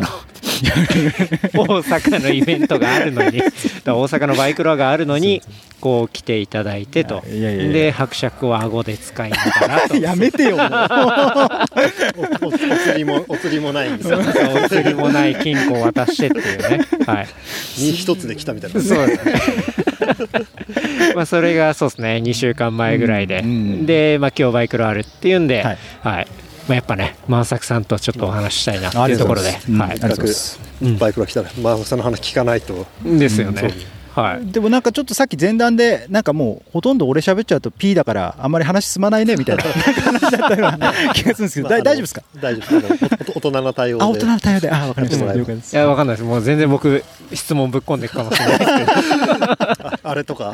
大阪のイベントがあるのに大阪のバイクロアがあるのにこう来ていただいてと、で伯爵を顎で使いながらとやめてよお釣りもないんですよ。 お釣りもない金庫を渡してっていうね、 身一つで来たみたいな。 そうですねまあそれがそうですね2週間前ぐらいで、でまあ今日バイクロアあるっていうんで、まあ、やっぱね万作さんとちょっとお話したいなっていうところで、 バイクが来たら万作さんの話聞かないとですよね。 でもなんかちょっとさっき前段でなんかもうほとんど俺喋っちゃうと P だからあんまり話進まないねみたいな話だったような気がするんですけど、大丈夫ですか？ 大丈夫です。大人の対応で。 大人の対応で。分かりました。了解です。 いや分かんないです。もう全然僕質問ぶっ込んでいくかもしれないですけどあれとか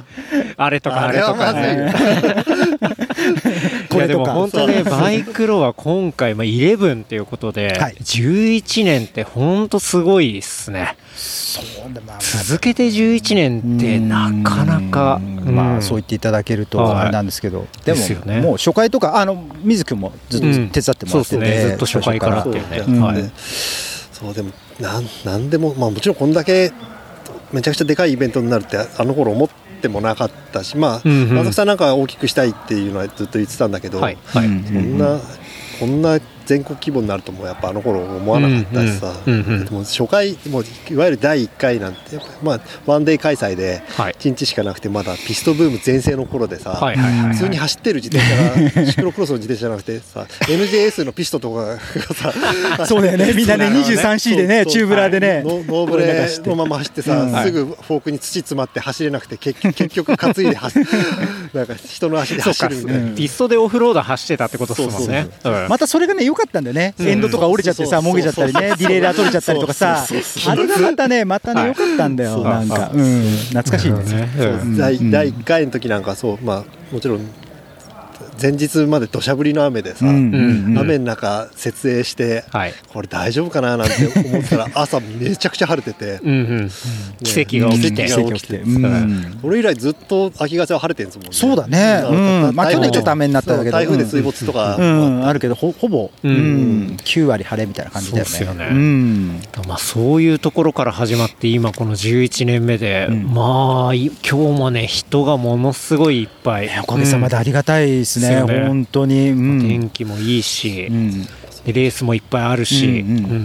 いやでも本当ねバイクロア今回11っていうことで11年って本当すごいですね。続けて11年ってなかなか、 まあそう言っていただけるとあれなんですけど、でももう初回とか水君もずっと手伝ってもらってて、 ずっと初回からっていうね。 そうでもなんでもまあもちろんこんだけめちゃくちゃでかいイベントになるってあの頃思ってもなかったし、まあ松崎さんなんか大きくしたいっていうのはずっと言ってたんだけど、こんな全国規模になるともやっぱあの頃思わなかったしさ、でも初回もういわゆる第1回なんてまあワンデー開催で1日しかなくてまだピストブーム全盛の頃でさ、普通に走ってる自転車がシクロクロスの自転車じゃなくてさ NJS のピストとかがさそうだよね、みんなね 23C でねチューブラーでねノーブレのまま走ってさ、すぐフォークに土詰まって走れなくて結局担いでなんか人の足で走るみたいな。 ピストでオフローダー走ってたってことですもんね。 またそれがね良かったんだよね。エンドとか折れちゃってさもげちゃったりね、ディレイラー取れちゃったりとかさ、あれがまたね良かったんだよ。なんか懐かしいですね。 第1回の時なんかそう、まあもちろん前日まで土砂降りの雨でさ、雨の中設営して、これ大丈夫かななんて思ったら朝めちゃくちゃ晴れてて奇跡が起きてそれ以来ずっと秋ヶ瀬は晴れてるんですもんね。 そうだね。まあ去年ちょっと雨になったんだけど、 台風で水没とかあるけどほぼ9割晴れみたいな感じだよね。 まあそういうところから始まって今この11年目で、まあ今日もね人がものすごいいっぱい、 おかげさまでありがたいですね。本当に天気もいいし、でレースもいっぱいあるし、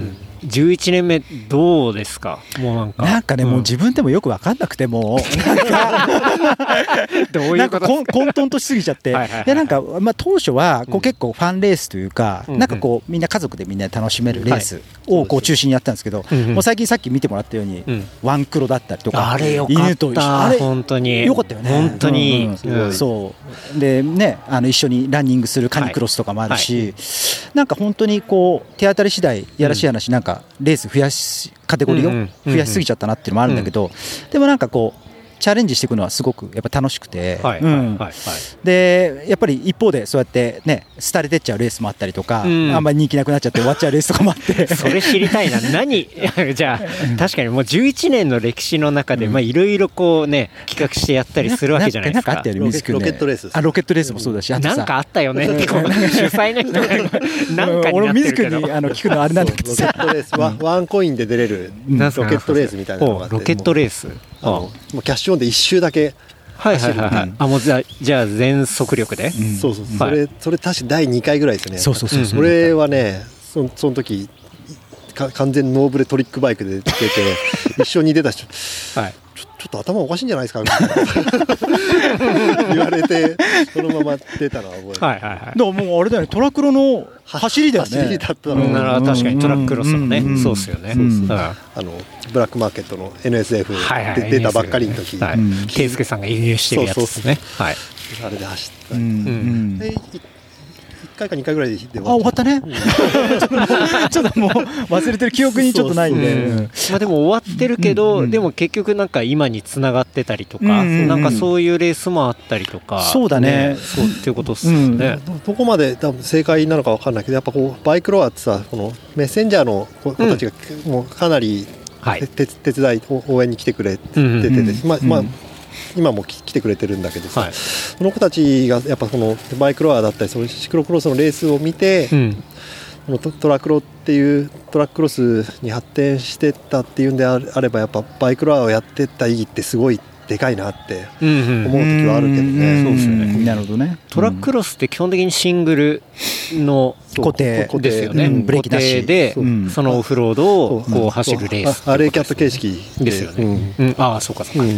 11年目どうですか？もうなんかね、もう自分でもよく分かんなくて、もうどういうことですか？ 混沌としすぎちゃって、でなんか、当初はこう結構ファンレースというか、なんかこうみんな家族でみんな楽しめるレースをこう中心にやったんですけど、もう最近さっき見てもらったように、ワンクロだったりとか、 あれよかった、 犬とあれ本当によかったよね、 本当に、 そうでね、一緒にランニングするカニクロスとかもあるし、なんか本当にこう手当たり次第やらしい話、なんかレースカテゴリーを増やしすぎちゃったなっていうのもあるんだけど、でもなんかこうチャレンジしていくのはすごくやっぱ楽しくて、でやっぱり一方でそうやってね廃れてっちゃうレースもあったりとか、あんまり人気なくなっちゃって終わっちゃうレースとかもあってそれ知りたいな。何じゃあ確かにもう11年の歴史の中でいろいろこうね企画してやったりするわけじゃないですか。 ロケットレース、 ロケットレースもそうだし、あとさなんかあったよねってこう主催の人がなんかになってるけど、 俺聞くのあれなんだけどさ、 ロケットレースワンコインで出れるロケットレースみたいなのがあって、 ロケットレース、 もうキャッシュオンで1周だけ走る、 もうじゃあ全速力で、 そうそれ確か第2回ぐらいですよね。それはね、その時完全ノーブレトリックバイクで出て一緒に出た人、ちょっと頭おかしいんじゃないですかみたいな言われて、そのまま出たのは覚えてる。 だからもうあれだよね、トラクロの走りだよね。 走りだったの。 確かにトラッククロスもね、そうですよね。 ブラックマーケットの NSF で出たばっかりの時、 圭介さんが輸入してるやつですね。 あれで走った。1回か2回ぐらいで終わったね。ちょっともう忘れてる、記憶にちょっとないんで、 でも終わってるけど、でも結局なんか今に繋がってたりとか、なんかそういうレースもあったりとか、 そうだね、 そうっていうことですね。 どこまで多分正解なのか分かんないけど、やっぱこうバイクロアってさ、このメッセンジャーの子たちがもうかなり手伝い応援に来てくれてて、今も来てくれてるんだけどさ、その子たちがやっぱこのバイクロアだったりそのシクロクロスのレースを見て、トラクロっていうトラッククロスに発展してったっていうんであれば、やっぱバイクロアをやってった意義ってすごいでかいなって思う時はあるけどね。 そうですね。 なるほどね。 トラッククロスって基本的にシングルの固定ですよね。ブレーキなしでそのオフロードをこう走るレース。 アレーキャット形式ですよね。ああ、そうかそうか。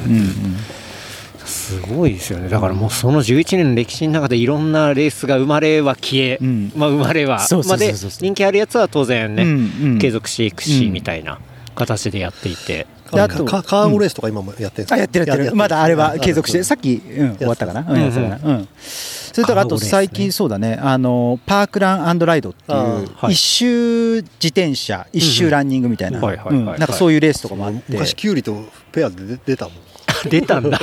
すごいですよね。だからもうその11年の歴史の中でいろんなレースが生まれは消え、生まれはで人気あるやつは当然ね継続していくしみたいな形でやっていて。 あとカーゴレースとか今もやってるんですか？ やってる。まだあれは継続して、さっき終わったかな。それとあと最近そうだね、パークラン&ライドっていう一周自転車一周ランニングみたいな、なんかそういうレースとかもあって、 昔キュウリとペアで出たもん。 出たんだ。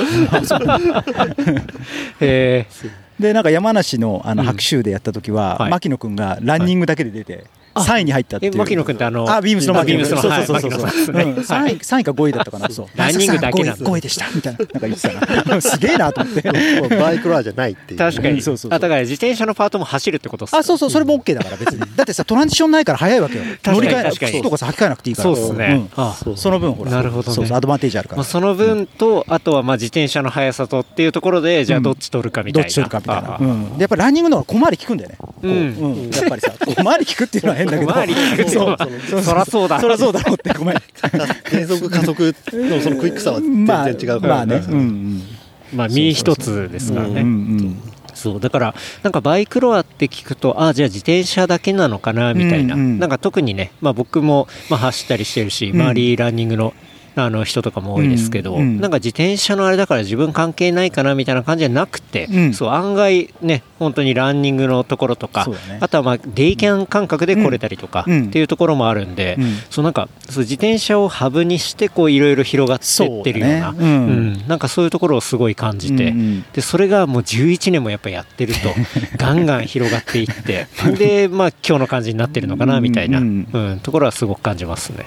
でなんか山梨の白州でやった時は牧野君がランニングだけで出て3位に入ったっていう。 牧野君ってビームスの牧野君、そう3位か5位だったかな。 ランニングだけなんだ。 5位でしたみたいな、なんか言ってたな。すげえなと思って。 バイクロアじゃないっていう。 確かに。だから自転車のパートも走るってことっすか？ そうそれも OK だから別に。だってさトランジションないから早いわけよ。乗り換えなくてとかさ履き替えなくていいから。 そうですね。 その分ほら。 なるほどね。 アドバンテージあるから。 その分とあとは自転車の速さとっていうところでじゃあどっち取るかみたいな。 どっち取るかみたいな。でやっぱりランニングの方が小回り効くんだよね。やっぱりさ小回り効くっていうのは変だけど。 そらそうだろうってごめん。 減速加速のそのクイックさは全然違うからね。 身一つですからね。そうだからなんかバイクロアって聞くとじゃあ自転車だけなのかなみたいな、なんか特にね、僕も走ったりしてるし、周りランニングの人とかも多いですけど、なんか自転車のあれだから自分関係ないかなみたいな感じじゃなくて、そう案外ね本当にランニングのところとか、あとはデイキャン感覚で来れたりとかっていうところもあるんで、そうなんか自転車をハブにしてこういろいろ広がってってるような、なんかそういうところをすごい感じて、でそれがもう11年もやっぱやってるとガンガン広がっていってで今日の感じになってるのかなみたいな、ところはすごく感じますね。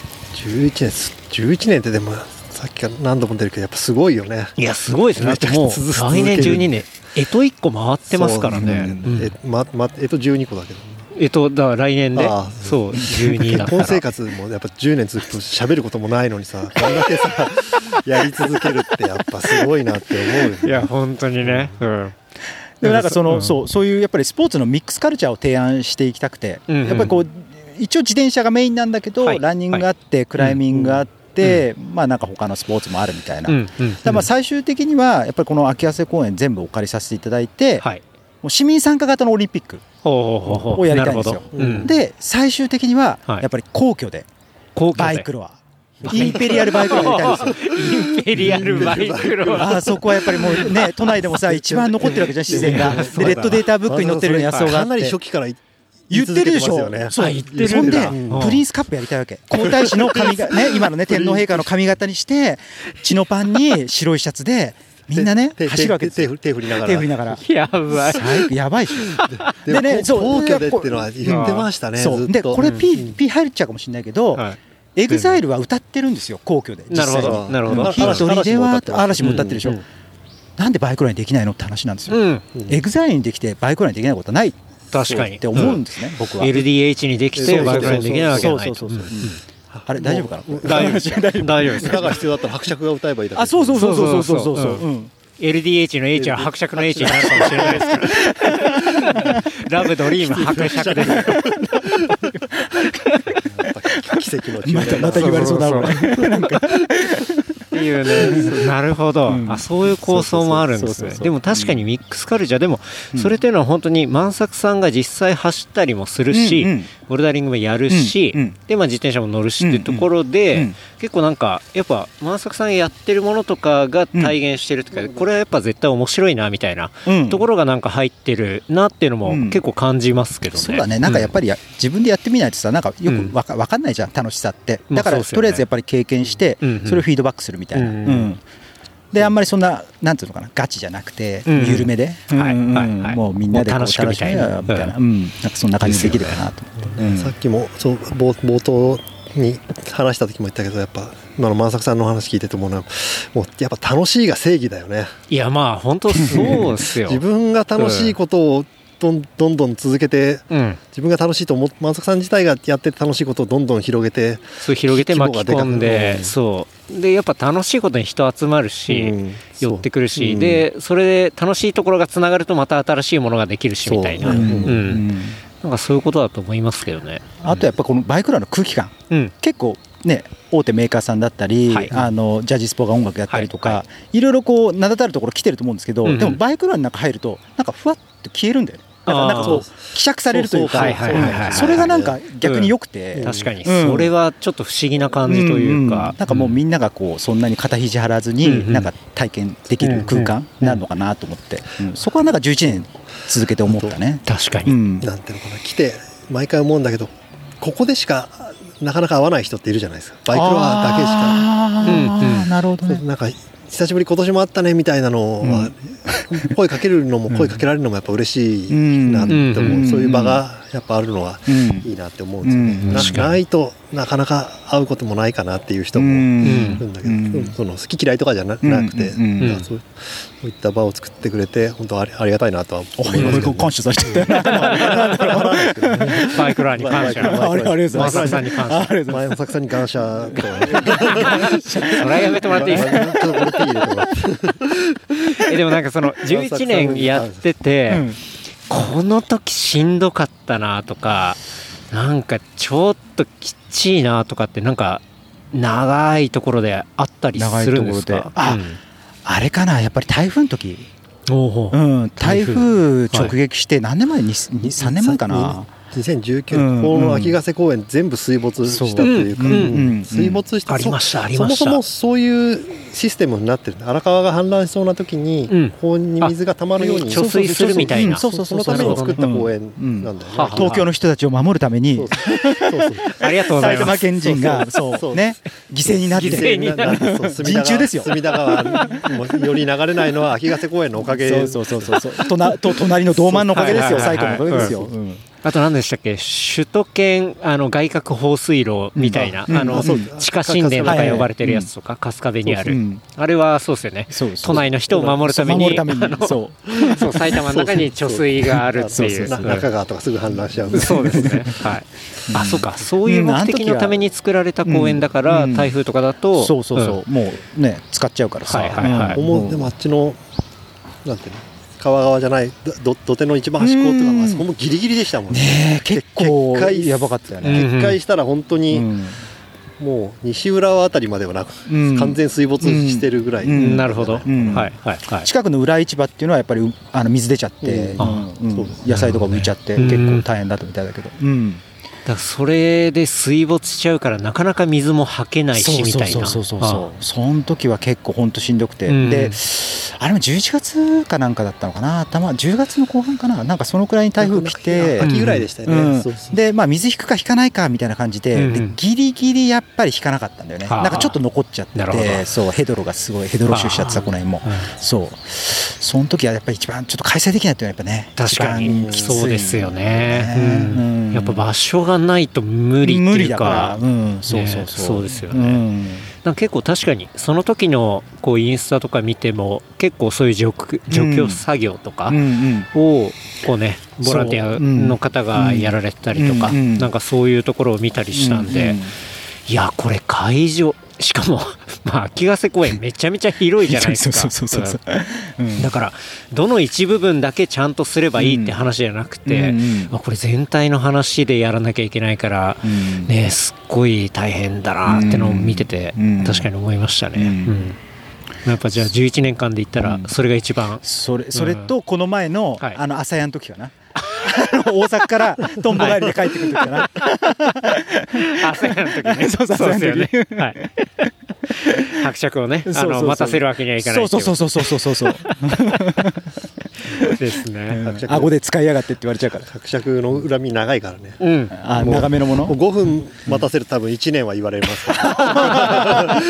11年ってでもさっきから何度も出るけどやっぱすごいよね。 いやすごいですね。もう来年12年干支1個回ってますからね。 干支12個だけど、 だから来年でそう12だったら結婚生活もやっぱ10年続くと喋ることもないのにさ、こんだけさやり続けるってやっぱすごいなって思う。 いや本当にね。 でもなんかそういうやっぱりスポーツのミックスカルチャーを提案していきたくて、やっぱりこう一応自転車がメインなんだけど、ランニングがあってクライミングがあって、まあなんか他のスポーツもあるみたいな、まあ最終的にはやっぱりこの秋ヶ瀬公園全部お借りさせていただいて、もう市民参加型のオリンピックをやりたいんですよ。で最終的にはやっぱり皇居でバイクロア、インペリアルバイクロアやりたいんですよ。 インペリアルバイクロア、 あそこはやっぱりもうね、都内でもさ一番残ってるわけじゃん、自然が。でレッドデータブックに載ってる野草があって、 かなり初期から言ってるでしょ。そう、そんでプリンスカップやりたいわけ。皇太子の髪がね、今のね天皇陛下の髪型にしてチノパンに白いシャツでみんなね走るわけですよ。手振りながら。 やばい。 やばいし。 でね、皇居でっていうのは言ってましたね。 そうでこれ P 入っちゃうかもしれないけど、エグザイルは歌ってるんですよ、皇居で。 なるほどなるほど。 一人では嵐も歌ってるでしょ。なんでバイクラインできないのって話なんですよ。エグザイルにできてバイクラインできないことはない。 確かにって思うんですね、僕は。 LDH にできてバイクラインできないわけはない。 あれ大丈夫かな。 大丈夫です。 歌が必要だったら伯爵が歌えばいいだけ。 あ、そう。 LDH の H は伯爵の H になるかもしれないですからラブドリーム伯爵ですよ。 奇跡の中また言われそうだろうね。 っていうね。なるほど、あ、そういう構想もあるんですね。でも確かにミックスカルチャーでもそれっていうのは本当に万作さんが実際走ったりもするし、ボルダリングもやるし、でまあ自転車も乗るしっていうところで、結構なんかやっぱ万作さんがやってるものとかが体現してるとか、これはやっぱ絶対面白いなみたいなところがなんか入ってるなっていうのも結構感じますけどね。 そうだね。なんかやっぱり自分でやってみないとさ、なんかよく分かんないじゃん、楽しさって。だからとりあえずやっぱり経験してそれをフィードバックするみたいな。であんまりそんななんていうのかな、ガチじゃなくて緩めで、もうみんなで楽しくみたいな、なんかそんな感じでできるかなと思って。 さっきもそう冒頭に話した時も言ったけど、やっぱ今の万作さんの話聞いててもやっぱ楽しいが正義だよね。 いやまあ本当そうですよ。 自分が楽しいことをどんどん続けて、自分が楽しいと思って万作さん自体がやってて楽しいことをどんどん広げて巻き込んで、そうでやっぱ楽しいことに人集まるし、寄ってくるし、でそれで楽しいところがつながるとまた新しいものができるしみたいな、なんかそういうことだと思いますけどね。 あとやっぱこのバイクラの空気感、結構ね大手メーカーさんだったり、ジャジスポが音楽やったりとか、いろいろこう名だたるところ来てると思うんですけど、でもバイクラの中入るとなんかふわっと消えるんだよね。なんかそう希釈されるというか、それがなんか逆に良くて、 確かにそれはちょっと不思議な感じというか、 なんかもうみんながこうそんなに肩肘張らずになんか体験できる空間になるのかなと思って、そこはなんか11年続けて思ったね。 確かに、 なんていうのかな、来て毎回思うんだけど、ここでしかなかなか会わない人っているじゃないですか、バイクロアだけしか。 なるほどね。 なんか久しぶり今年もあったねみたいなのは、声かけるのも声かけられるのもやっぱ嬉しいなって思う。そういう場がやっぱあるのはいいなって思うんですよね。ないとなかなか会うこともないかなっていう人もいるんだけど、その好き嫌いとかじゃなくて、そういった場を作ってくれて本当ありがたいなとは思いますけど、 感謝させてバイクラーに感謝、万作さんに感謝、 万作さんに感謝とそれはやめてもらっていいですか。でもなんかその11年やってて、この時しんどかったなとか、なんかちょっときついなとかってなんか長いところであったりするんですか。 あれかな、やっぱり台風の時、台風直撃して何年前に3年前かな、 2019年、この秋ヶ瀬公園全部水没したというか、水没してありました。 そもそもそういうシステムになってる。荒川が氾濫しそうな時にここに水が溜まるように貯水するみたいな、 そのために作った公園なんだよね。 東京の人たちを守るためにありがとうございます。 埼玉県人がそうね犠牲になって人中ですよ。 隅田川より流れないのは秋ヶ瀬公園のおかげ。 隣の道満のおかげですよ。埼玉のおかげですよ。 あと何でしたっけ、首都圏外郭放水路みたいな、地下神殿とか呼ばれてるやつとか、春日部にある、あれはそうですよね。都内の人を守るためにそう埼玉の中に貯水があるっていう、 中川とかすぐ氾濫しちゃう。 そうですね。はい。あ、そうか、そういう目的のために作られた公園だから、台風とかだともうね使っちゃうからさ。 でもあっちのなんていうの、 川側じゃない土手の一番端っことか、あそこもギリギリでしたもんね。 結構やばかったよね。 決壊したら本当に、もう西浦和あたりまではなく、完全水没してるぐらい、 なるほど、 近くの裏市場っていうのはやっぱり水出ちゃって、野菜とか浮いちゃって結構大変だったみたいだけど、 だからそれで水没しちゃうからなかなか水もはけないしみたいな。 その時は結構本当しんどくて、であれも11月かなんかだったのかな、10月の後半かな、なんかそのくらいに台風来て、 秋ぐらいでしたよね。 で水引くか引かないかみたいな感じで、ギリギリやっぱり引かなかったんだよね。なんかちょっと残っちゃって、そうヘドロがすごいヘドロ臭しちゃってさ、この辺も。その時はやっぱり一番ちょっと開催できないっていうのはやっぱね、 確かにそうですよね。やっぱ場所がないと無理っていうか、そうですよね。なんか結構確かにその時のこうインスタとか見ても結構そういう除去作業とかをこうねボランティアの方がやられてたりとか、なんかそういうところを見たりしたんで、いやこれ会場しかも秋ヶ瀬公園めちゃめちゃ広いじゃないですか。だからどの一部分だけちゃんとすればいいって話じゃなくて、これ全体の話でやらなきゃいけないからね、すっごい大変だなってのを見てて確かに思いましたね。やっぱじゃあ11年間で言ったらそれが一番、 それとこの前の朝やん時かな、大阪からとんぼ帰りで帰ってくる時かな。 朝やの時ね。そうですよね。伯爵をね待たせるわけにはいかない。そうですね。 顎で使いやがってって言われちゃうから。 伯爵の恨み長いからね。 長めのもの。 5分待たせる多分1年は言われますから。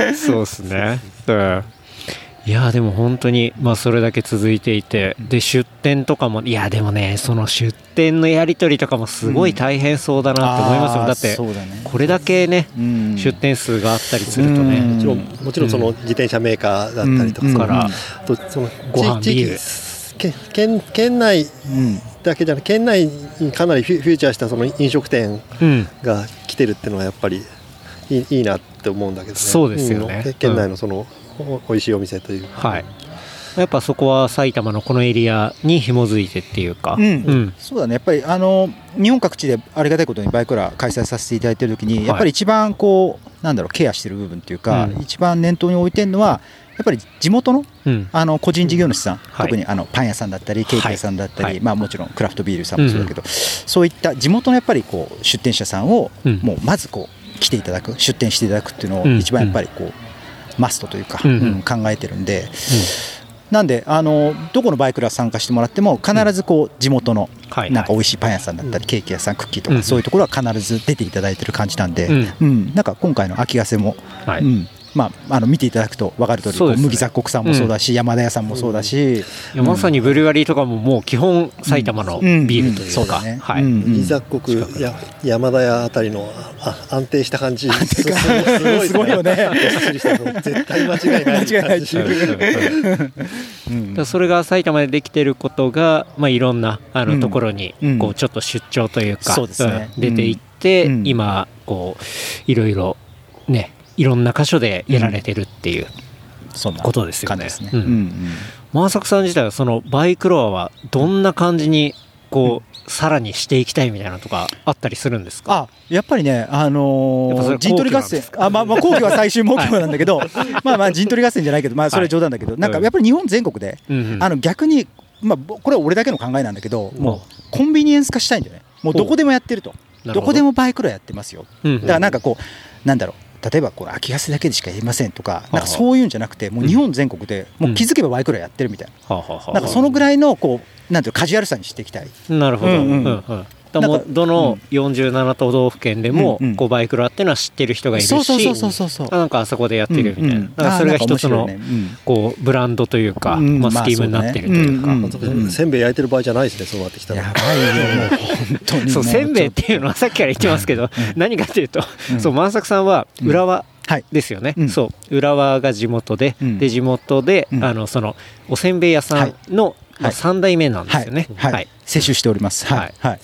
そうですね。いやでも本当にそれだけ続いていて、で出店とかも、いやでもねその出店のやり取りとかもすごい大変そうだなって思いますよ。だってこれだけね出店数があったりするとね、 もちろんその自転車メーカーだったりとかからそのご飯ビール県内だけじゃなく県内にかなりフューチャーしたその飲食店が来てるっていうのはやっぱりいいなって思うんだけどね。 そうですよね。 県内のその美味しいお店というか、 やっぱそこは埼玉のこのエリアに紐づいてっていうか、 そうだね。やっぱり日本各地でありがたいことにバイクラ開催させていただいている時に、やっぱり一番こうケアしてる部分っていうか、一番念頭に置いてるのはやっぱり地元の個人事業主さん、特にパン屋さんだったりケーキ屋さんだったり、もちろんクラフトビールさんもそうだけど、そういった地元のやっぱりこう出店者さんをもうまずこう来ていただく、出店していただくっていうのを一番やっぱりこうマストというか考えてるんで、なんでどこのバイクラ参加してもらっても必ずこう地元のなんか美味しいパン屋さんだったりケーキ屋さん、クッキーとかそういうところは必ず出ていただいてる感じなんで、なんか今回の秋ヶ瀬も見ていただくと分かる通り、麦雑穀さんもそうだし、山田屋さんもそうだし、 まさにブルワリーとかももう基本埼玉のビールというか、 麦雑穀や山田屋あたりの安定した感じ、 すごいよね。 絶対間違いない。 それが埼玉でできていることがいろんなところにこうちょっと出張というか出ていって、今こういろいろねいろんな箇所でやられてるっていうことですよね。万作さん自体はそのバイクロアはどんな感じにこうさらにしていきたいみたいなのとかあったりするんですか？ やっぱりね陣取り合戦、後期は最終目標なんだけど陣取り合戦じゃないけど、それは冗談だけど、なんかやっぱり日本全国で逆にこれは俺だけの考えなんだけど、もうコンビニエンス化したいんだよね。もうどこでもやってると、どこでもバイクロアやってますよ。だからなんかこうなんだろう、例えばこれ秋ヶ瀬だけでしかやりませんとか、なんかそういうんじゃなくて、もう日本全国でもう気づけばバイクラやってるみたいな、なんかそのぐらいのこうなんていうカジュアルさにしていきたい。 なるほど。どの47都道府県でもこうバイクロアっていうのは知ってる人がいるし、なんかあそこでやってるみたいな、だからそれが一つのこうブランドというかスキームになってるというか、 せんべい焼いてる場合じゃないですね。そうなってきたらやばいよ、もう本当に。 そう、せんべいっていうのはさっきから言ってますけど、何かというと、そう万作さんは浦和ですよね。そう浦和が地元で、地元でそのおせんべい屋さんの3代目なんですよね。 摂取しております。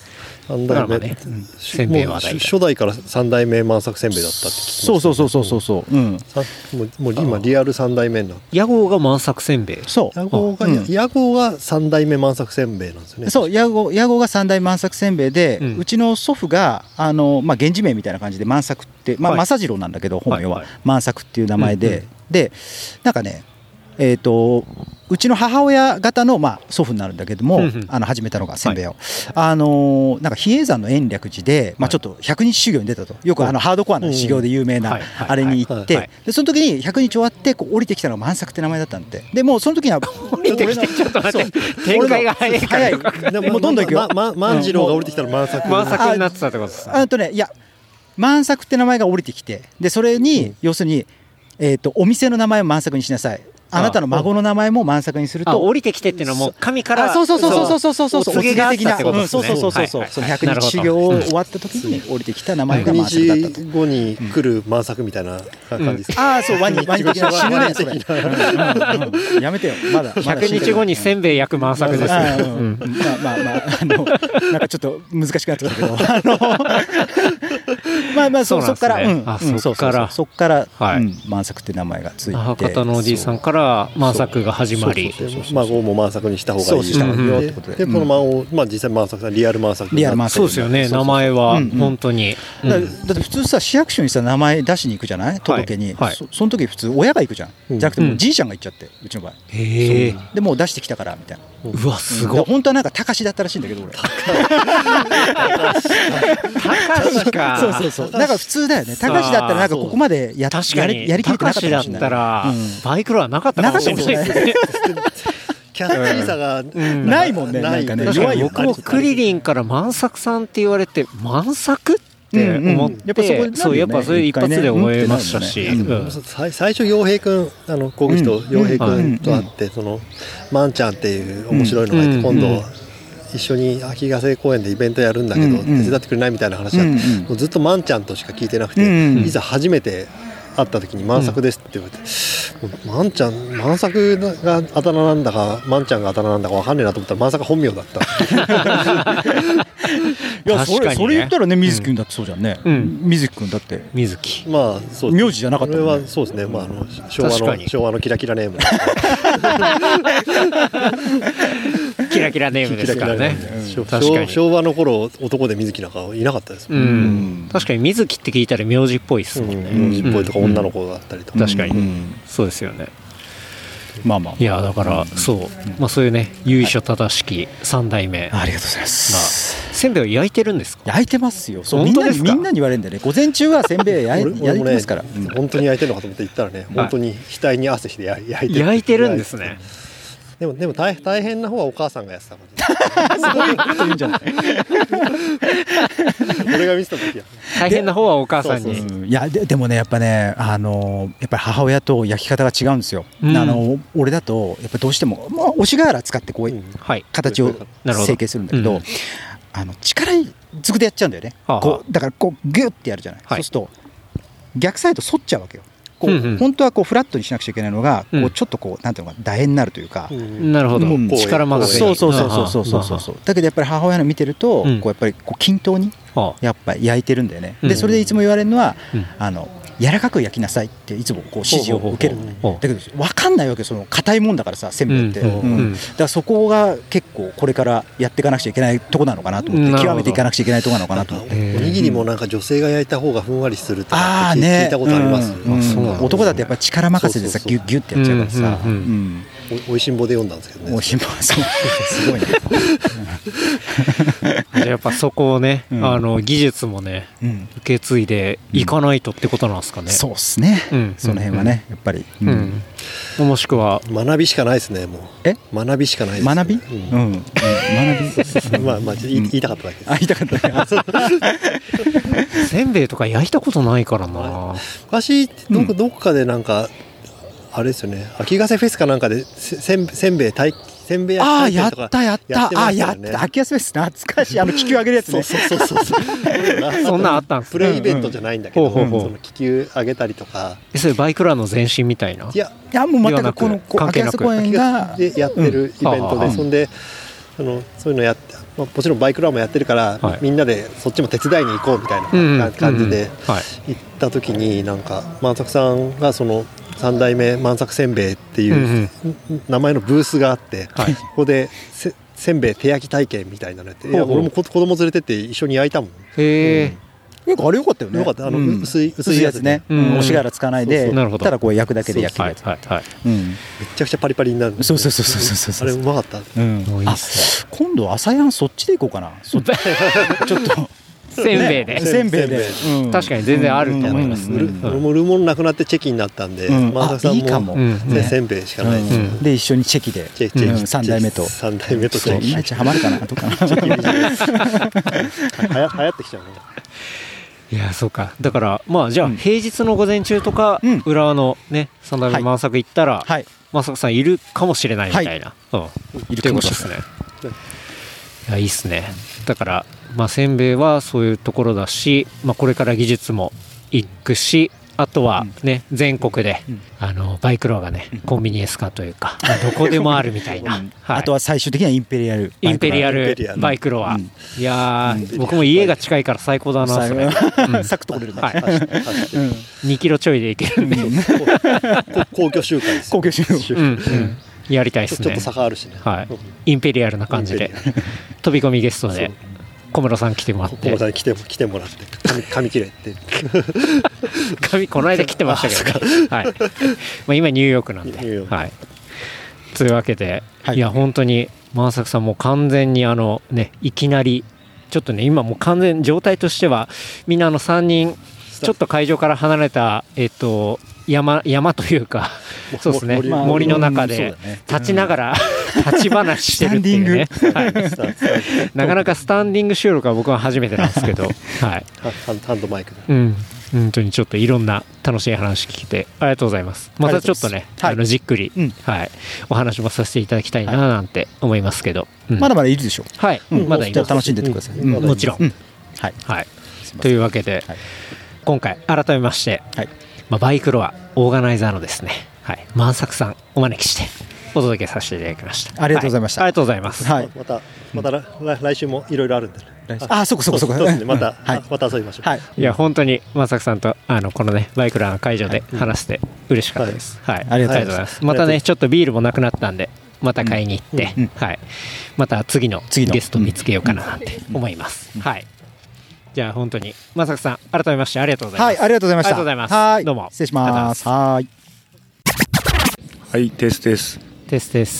3代目、 ね、せんべいは初代から3代目万作せんべいだったって聞きました、ね、 そう、うん、 もう今リアル3代目な屋号が万作せんべい。 そう屋号が3代目万作せんべいなんですよね。 そう屋号が3代万作せんべいで、うちの祖父がまあ、源氏名みたいな感じで万作って、まあ、正次郎なんだけど本名は万作っていう名前で、でなんかねうちの母親方の、まあ、祖父になるんだけども、始めたのがせんべいを、なんか比叡山の延暦寺で、まあ、ちょっと100日修行に出たと、よくハードコアの修行で有名なあれに行って、でその時に100日終わってこう降りてきたのが万作って名前だったんで、でもうその時には降りてきてちょっと待って展開が早いからもうどんどんいくよ。万次郎が降りてきたら万作になってたってことですね。いや万作って名前が降りてきて、でそれに、要するに、お店の名前を万作にしなさい、あなたの孫の名前も万作にすると、 降りてきてっていうのはもう神からそうお告げ的な、そうその100日修行を終わった時に降りてきた名前が万作だったと。 100日後に来る万作みたいな感じです。 そうワニ的な死ぬねそれ。やめてよ、まだ 100日後にせんべい焼く万作ですよ。 まあなんかちょっと難しくなってきたけど、まあそこから万作って名前がついて、 母方のおじいさんから万作が始まり、 孫も万作にした方がいいよってことで、この万を、まあ、実際万作さんリアル万作そうですよね。名前は本当にだって普通さ市役所にさ名前出しに行くじゃない、届けに、その時普通親が行くじゃん、じゃなくてもうじいちゃんが行っちゃって、うちの場合でもう出してきたからみたいな。 うわすごい。 本当はなんか高志だったらしいんだけど俺高志か。 そうなんか普通だよね。高志だったらなんかここまでやりきれてなかったかもしれない。 高志だったらバイクロはなかったかもしれないですね。 キャッチーさがないもんね。なんかね弱いよ。 僕もクリリンから万作さんって言われて万作って思って、そうやっぱそれ一発で思いましたし、 最初陽平君こういう人陽平君と会って、そのマンちゃんっていう面白いのがいて、今度一緒に秋ヶ瀬公園でイベントやるんだけど手伝ってくれないみたいな話だって、もうずっとマンちゃんとしか聞いてなくて、いざ初めて会った時に万作ですって言われて、万作があだ名なんだか万ちゃんがあだ名なんだか分かんねえなと思ったら万作本名だった。 いやそれ言ったらね、水木君だってそうじゃんね。水木君だって水木、 まあそう名字じゃなかったもんね。 これはそうですね。まあ昭和のキラキラネーム。 キラキラネームですからね。 昭和の頃男で水木なんかいなかったですもん。 確かに水木って聞いたら名字っぽいですもんね。 名字っぽいとか女の子だったりとか。 確かにそうですよね。 まあいやだからそういうね由緒正しき3代目、 ありがとうございます。 せんべいを焼いてるんですか？ 焼いてますよ。みんなに言われるんだよね。午前中はせんべい焼いてますから。 本当に焼いてるのかと思って行ったらね、本当に額に汗して焼いてるんですね。 でも大変な方はお母さんがやってたことそういうこと言うんじゃない。 俺が見せた時は大変な方はお母さんに。 いやでもねやっぱねやっぱり母親と焼き方が違うんですよ。俺だとやっぱどうしても押し瓦使ってこう形を成形するんだけど、力ずくでやっちゃうんだよね。だからこうギュッてやるじゃない。そうすると逆サイド反っちゃうわけよ。本当はこうフラットにしなくちゃいけないのがこうちょっとこうなんていうのか楕円になるというか。 なるほど。力任せに。 そうだけどやっぱり母親の見てるとこうやっぱりこう均等にやっぱり焼いてるんだよね。でそれでいつも言われるのは柔らかく焼きなさいっていつもこう指示を受ける。だけど分かんないわけ、その硬いもんだからさせんべいって。だからそこが結構これからやっていかなくちゃいけないとこなのかなと思って、極めていかなくちゃいけないとこなのかなと思って。 おにぎりもなんか女性が焼いた方がふんわりするとかって聞いたことあります。 男だってやっぱり力任せでさギュッギュッってやっちゃうからさ。 おいしんぼで読んだんですけどね。 おいしんぼすごいね。 やっぱそこをね技術もね受け継いでいかないとってことなんですかね。 そうですね。その辺はねやっぱり。 もしくは学びしかないですね。もう学びしかないです。 学び？学び。 まあ言いたかっただけです。 言いたかった。 せんべいとか焼いたことないからな。 昔どこかでなんかあれですよね。秋ヶ瀬フェスかなんかでせんべい焼き体験とかやった秋ヶ瀬フェス懐かしい。気球上げるやつね。 そうそんなあったんです。 プレイベントじゃないんだけど、その気球上げたりとか。 それバイクラの前身みたいな。 いやもう全くこの秋ヶ瀬公園がでやってるイベントで、そんでそういうのやってもちろんバイクランもやってるから、みんなでそっちも手伝いに行こうみたいな感じで行った時に、なんか万作さんがその3代目万作せんべいっていう名前のブースがあって、ここでせんべい手焼き体験みたいなのやって、いや俺も子供連れてって一緒に焼いたもん。 なんかあれよかったよね。 よかった。薄いやつね。 おしがらつかないで、ただこう焼くだけで焼けるやつ。めちゃくちゃパリパリになる。 そう。 あれうまかった。 今度朝やんそっちで行こうかな。ちょっと。 せんべいで。確かに全然あると思います。 俺も売るものなくなってチェキになったんで、万作さんもせんべいしかないです。 で一緒にチェキで3代目と。 3代目とチェキ。 いまいちハマるかなどうかな。 流行ってきちゃうね。 いやそうか。だからまあじゃあ平日の午前中とか浦和のね3代目万作行ったら万作さんいるかもしれないみたいな。 いるかもしれない。 いやいいっすね。だからまあせんべいはそういうところだし、まあこれから技術もいくし、あとはね全国でバイクロアがねコンビニエンス化というかどこでもあるみたいな。 あとは最終的にはインペリアルバイクロア。いや僕も家が近いから最高だなそれ。 サクッと来れるね。 2キロちょいで行けるんで。 皇居集会です。 皇居集会。 やりたいですね。 ちょっと差があるしね。 インペリアルな感じで飛び込みゲストで小室さん来てもらって。 小室さん来てもらって髪切れって髪この間切ってましたけどね。はい。まあ今ニューヨークなんで。はい。というわけで、いや本当に万作さんも完全にねいきなりちょっとね今もう完全状態としてはみんな3人ちょっと会場から離れた山というかそうですね森の中で立ちながら立ち話してるっていうね。なかなかスタンディング収録は僕は初めてなんですけど、ハンドマイクで。 本当にちょっといろんな楽しい話聞けてありがとうございます。またちょっとねじっくりお話もさせていただきたいななんて思いますけど、 まだまだいるでしょ。 はい、まだいる。 じゃあ楽しんでってください。 もちろん。はい。というわけで今回改めましてバイクロアオーガナイザーのですね万作さんお招きしてお届けさせていただきました。 ありがとうございました。 ありがとうございます。 また来週もいろいろあるんで。 そこ。 また遊びましょう。 いや本当に万作さんとこのねバイクロアの会場で話して嬉しかったです。ありがとうございます。またねちょっとビールもなくなったんでまた買いに行ってまた次のゲスト見つけようかななんて思います。じゃあ本当に万作さん改めましてありがとうございます。 ありがとうございました。 ありがとうございます。どうも失礼します。 テステスワ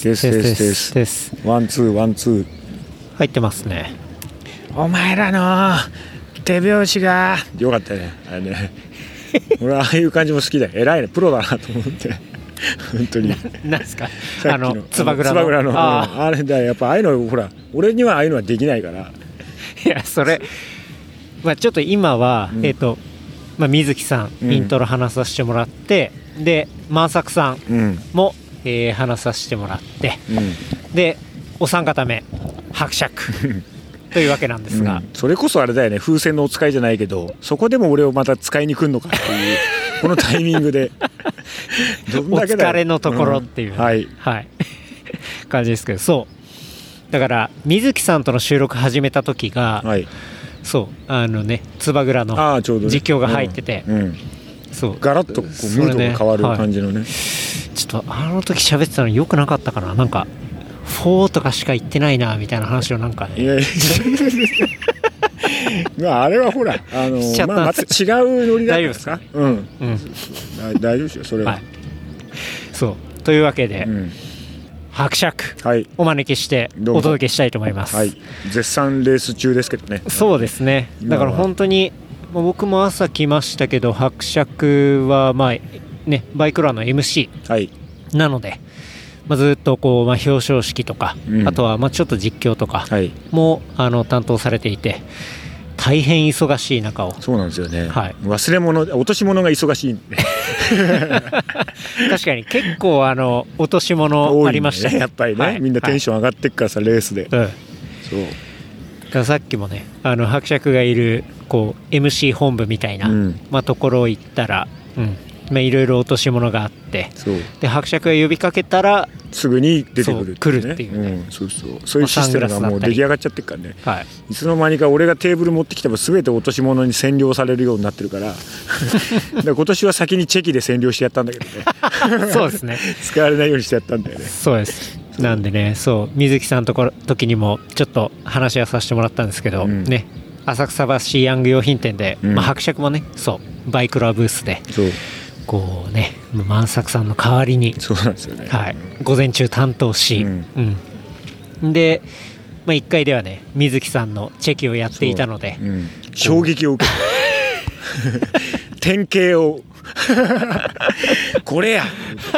ンツー入ってますね。 お前らの手拍子がよかったね。俺はああいう感じも好きだよ。偉いね、プロだなと思って本当に。 なんですかつばぐらのあれだよ。やっぱああいうのほら俺にはああいうのはできないから。 いやそれちょっと今は水木さんイントロ話させてもらってで万作さんも話させてもらってでお三方目伯爵というわけなんですが、 それこそあれだよね、風船のお使いじゃないけどそこでも俺をまた使いに来るのかっていうこのタイミングでお疲れのところっていう、感じですけど、そうだから水木さんとの収録始めた時が、そうつばぐらの実況が入ってて、そうガラッとこうムードが変わる感じのね、 ちょっと時喋ってたの良くなかったかな。なんか4とかしか言ってないなみたいな話をなんかね。 あれはほらまた違うノリだったんですか。大丈夫ですよそれは。 そうというわけで、伯爵、お招きしてお届けしたいと思います。 絶賛レース中ですけどね。 そうですね。だから本当に僕も朝来ましたけど伯爵はバイクロアの MC なので、ずっとこう表彰式とか、あとはちょっと実況とかも担当されていて大変忙しい中を。 そうなんですよね。忘れ物落とし物が忙しいんで確かに結構落とし物ありましたね。 やっぱりね、みんなテンション上がってっからさ、レースで。そうさっきもね伯爵がいるこう MC 本部みたいな、ところ行ったら、 いろいろ落とし物があって、で伯爵が呼びかけたらすぐに出てくるっていうね、 来るっていうね、 そういうシステムがもう出来上がっちゃってるからね、いつの間にか俺がテーブル持ってきても全て落とし物に占領されるようになってるからで今年は先にチェキで占領してやったんだけどねそうですね使われないようにしてやったんだよね。 そうです。なんでね、そう水木さんの時にもちょっと話はさせてもらったんですけど、ね、浅草橋ヤング用品店で、伯爵もね、そうバイクロアブースでこうね、万作さんの代わりに、 そうなんですよね、 午前中担当し、で、1階ではね水木さんのチェキをやっていたので、 衝撃を受けた典型をこれや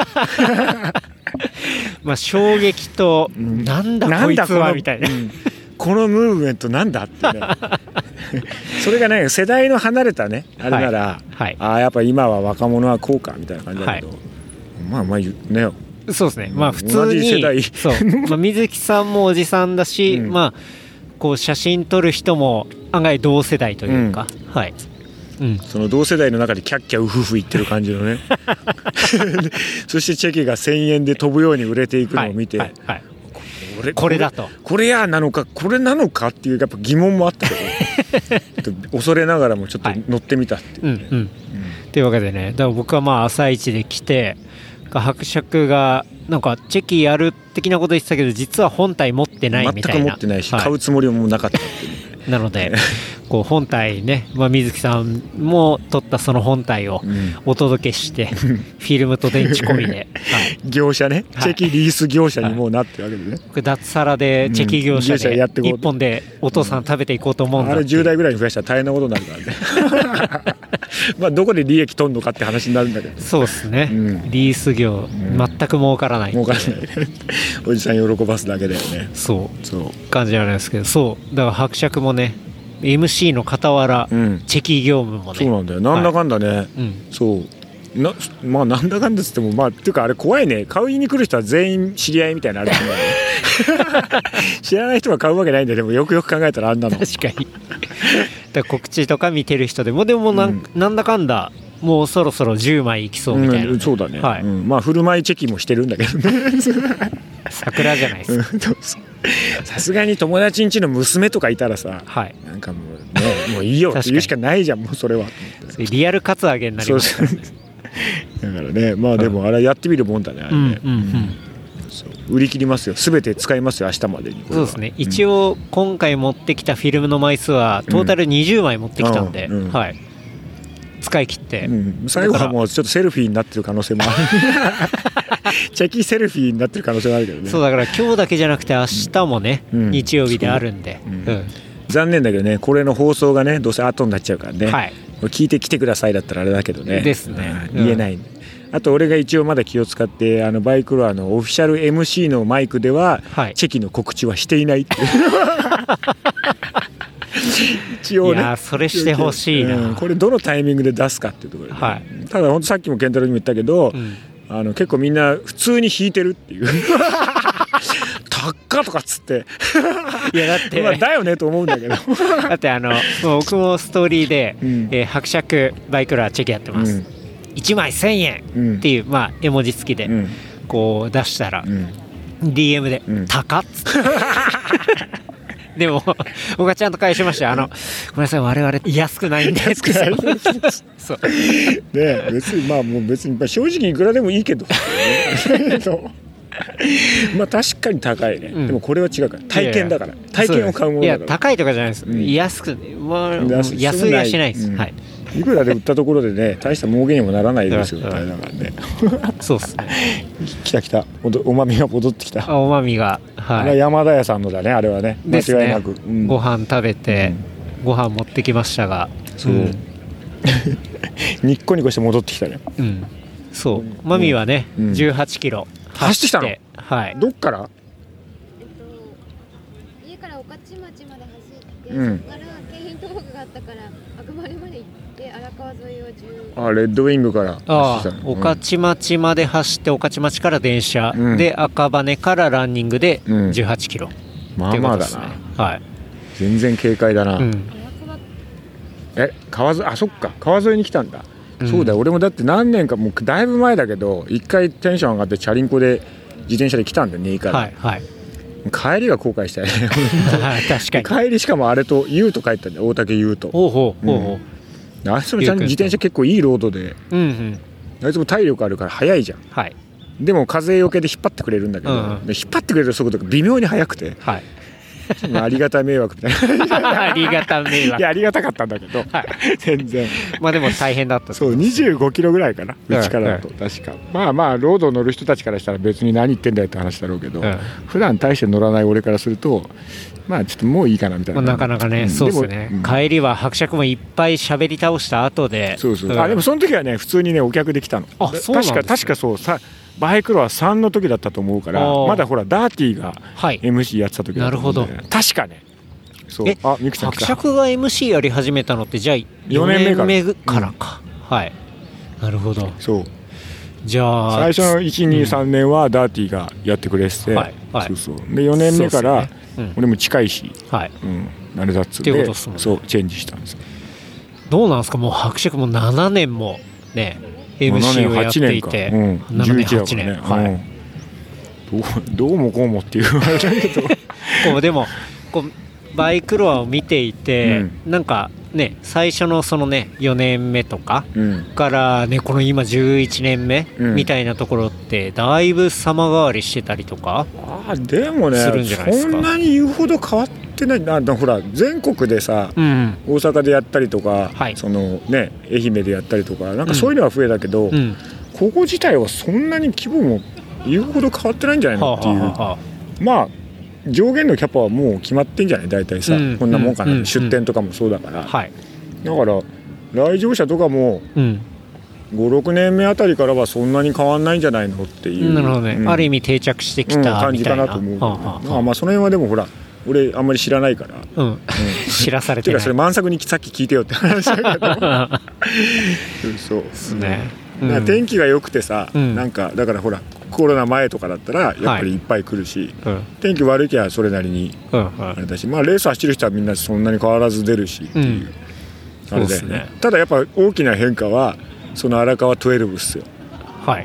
衝撃と、なんだこいつはみたいな、 このムーブメントなんだってねそれがね世代の離れたねあれなら、やっぱ今は若者はこうかみたいな感じだけど、ね、 そうですね、普通にそう水木さんもおじさんだし、こう写真撮る人も案外同世代というか、 その同世代の中でキャッキャウフフ言ってる感じのねそしてチェキが1000円で飛ぶように売れていくのを見て、 これだと、 これやなのかこれなのかっていうやっぱ疑問もあったけど恐れながらもちょっと乗ってみたっていうね、 というわけでね、だから僕は朝一で来て、伯爵がなんかチェキやる的なこと言ってたけど、実は本体持ってないみたいな、 全く持ってないし、買うつもりもなかったっていうなのでこう本体ね、水木さんも撮ったその本体をお届けして、フィルムと電池込みで、 業者ね、チェキリース業者にもうなってるわけでね、 脱サラでチェキ業者で1本でお父さん食べていこうと思うんだって、 あれ10台ぐらいに増やしたら大変なことになるからねどこで利益取るのかって話になるんだけど、 そうですね、リース業、全く儲からない、 おじさん喜ばすだけだよね、 そう感じなんですけど、そうだから伯爵もね MC の傍ら、チェキ業務もね、 そうなんだよ、なんだかんだね、そうなんだかんだっつってもっていうかあれ怖いね、買いに来る人は全員知り合いみたいなのあるんだよ知らない人が買うわけないんだよ、でもよくよく考えたらあんなの確かにだ告知とか見てる人でもなんだかんだもうそろそろ10枚いきそうみたいな、 そうだね、振る舞いチェキもしてるんだけどね桜じゃないですかさすがに友達ん家の娘とかいたらさ、なんかもうね、もういいよって言うしかないじゃん、もうそれはリアルカツアゲになりますからねだからね、でもあれやってみるもんだね、あれね、売り切りますよ、すべて使いますよ、明日までに。 そうですね、一応今回持ってきたフィルムの枚数はトータル20枚持ってきたんで、使い切って、 最後はもうちょっとセルフィーになってる可能性もあるチェキセルフィーになってる可能性もあるけどね。 そうだから今日だけじゃなくて明日もね、日曜日であるんで、 残念だけどね、これの放送がねどうせ後になっちゃうからね、聞いてきてくださいだったらあれだけどね、 ですね、 言えない、あと俺が一応まだ気を使ってバイクロアのオフィシャル MC のマイクでは、チェキの告知はしていないっていう一応ね、 いやそれしてほしいな、 これどのタイミングで出すかっていうところで、ただ本当さっきも健太郎にも言ったけど、結構みんな普通に弾いてるっていう高っとかっつっていやだってだよねと思うんだけどだって僕もストーリーで、伯爵バイクロアチェキやってます、1枚1000円っていう絵文字付きでこう出したら、DM で高っつってでも僕はちゃんと返しました。ごめんなさい、我々安くないんですけどそうね、別にもう別に正直いくらでもいいけど確かに高いね、でもこれは違うから体験だから、体験を買うものだから、 いや高いとかじゃないです、安く安いはしないです、 いくらで売ったところでね大した儲けにもならないですよ、だからねそうっすね来たおまみが戻ってきた、 おまみが、 山田屋さんのだね、あれはね、間違いなく、 ご飯食べて、ご飯持ってきましたが、 ニッコニコして戻ってきたね、 そうマミはね、18キロ走ってきたの、どっから？ 家から御徒町まで走って、そこから京浜東北があったから赤羽まで行って荒川沿いをレッドウィングから走ってたの。 御徒町まで走って、御徒町から電車、で赤羽からランニングで18キロ、 まあまあだな、全然軽快だな、そっか川沿いに来たんだ。 そうだよ、俺もだって何年かもうだいぶ前だけど一回テンション上がってチャリンコで自転車で来たんだよねから、 はいはい、 帰りが後悔したよね確かに帰りしかもあれと優と帰ったんだよ、大竹優と。 ほうほうほうほう、 あいつもちゃんと自転車結構いいロードで、 うんうん、 あいつも体力あるから速いじゃん、はい、でも風よけで引っ張ってくれるんだけど、引っ張ってくれる速度が微妙に速くて、はい、ありがた迷惑みたいなありがた迷惑、 いやありがたかったんだけど、はい、全然まあでも大変だった。 そう25キロぐらいかな、うちからだと、確かまあまあロード乗る人たちからしたら別に何言ってんだよって話だろうけど、普段大して乗らない俺からするとまあちょっともういいかなみたいな、 なかなかね、そうですね、帰りは伯爵もいっぱい喋り倒した後で、 そうそう、でもその時はね普通にねお客で来たの。あ、そうなんですね。確かそうさ、バイクロは3の時だったと思うから、まだほらダーティーが MC やってた時だったんで、なるほど、確かね。そう、あ、ミクちゃん来た。 伯爵が MC やり始めたのってじゃあ4年目からか、はい、なるほど。そう、 じゃあ最初の 1,2,3 年はダーティーがやってくれてて、そうそうで4年目から俺も近いし、あれだっつって、そうチェンジしたんです。 どうなんですか、もう伯爵も7年もね MC をやっていて、7年8年、はい、 どうもこうもっていうあれだけどこうでもこうバイクロアを見ていて、なんかね最初のそのね4年目とかからね、この今11年目みたいなところってだいぶ様変わりしてたりとかでもね、そんなに言うほど変わってないな。ほら全国でさ、大阪でやったりとか、そのね愛媛でやったりとかなんかそういうのは増えたけど、ここ自体はそんなに規模も言うほど変わってないんじゃないのっていう、まあ上限のキャパはもう決まってんじゃない大体さ、こんなもんかな、出店とかもそうだから、だから来場者とかも、5、6年目あたりからはそんなに変わんないんじゃないのっていう、 なるほどね、ある意味定着してきた感じかなと思う。まあその辺はでもほら俺あんまり知らないから、 知らされてない。 ていうかそれ満作にさっき聞いてよって話だけどそうですね、天気が良くてさ、なんかだからほらコロナ前とかだったらやっぱりいっぱい来るし、天気悪いきゃそれなりにあれだし、まあレース走る人はみんなそんなに変わらず出るしっていう、あれだよね。ただやっぱ大きな変化はその荒川12っすよ。はい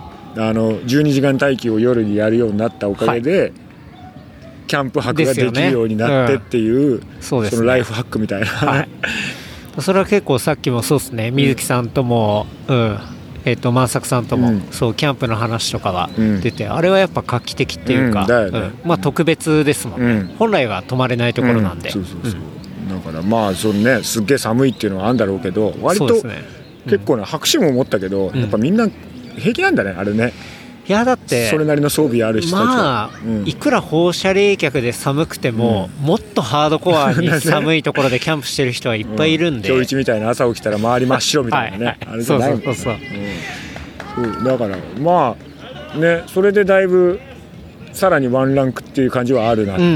、12時間待機を夜にやるようになったおかげで、キャンプ泊ができるようになってっていう、そのライフハックみたいな、 それは結構さっきもそうですね、水木さんとも、万作さんとも、そうキャンプの話とかが出て、あれはやっぱ画期的っていうか、まあ特別ですもんね、本来は泊まれないところなんで、だからまあそのねすっげえ寒いっていうのはあるんだろうけど、割と結構な拍手も思ったけど、やっぱみんな平気なんだねあれね。 いやだってそれなりの装備ある人たちは、 まあいくら放射冷却で寒くても、もっとハードコアに寒いところでキャンプしてる人はいっぱいいるんで、 今日一みたいな朝起きたら周り真っ白みたいなね、あれじゃないもんね。だからまあね、それでだいぶさらにワンランクっていう感じはあるなっていう、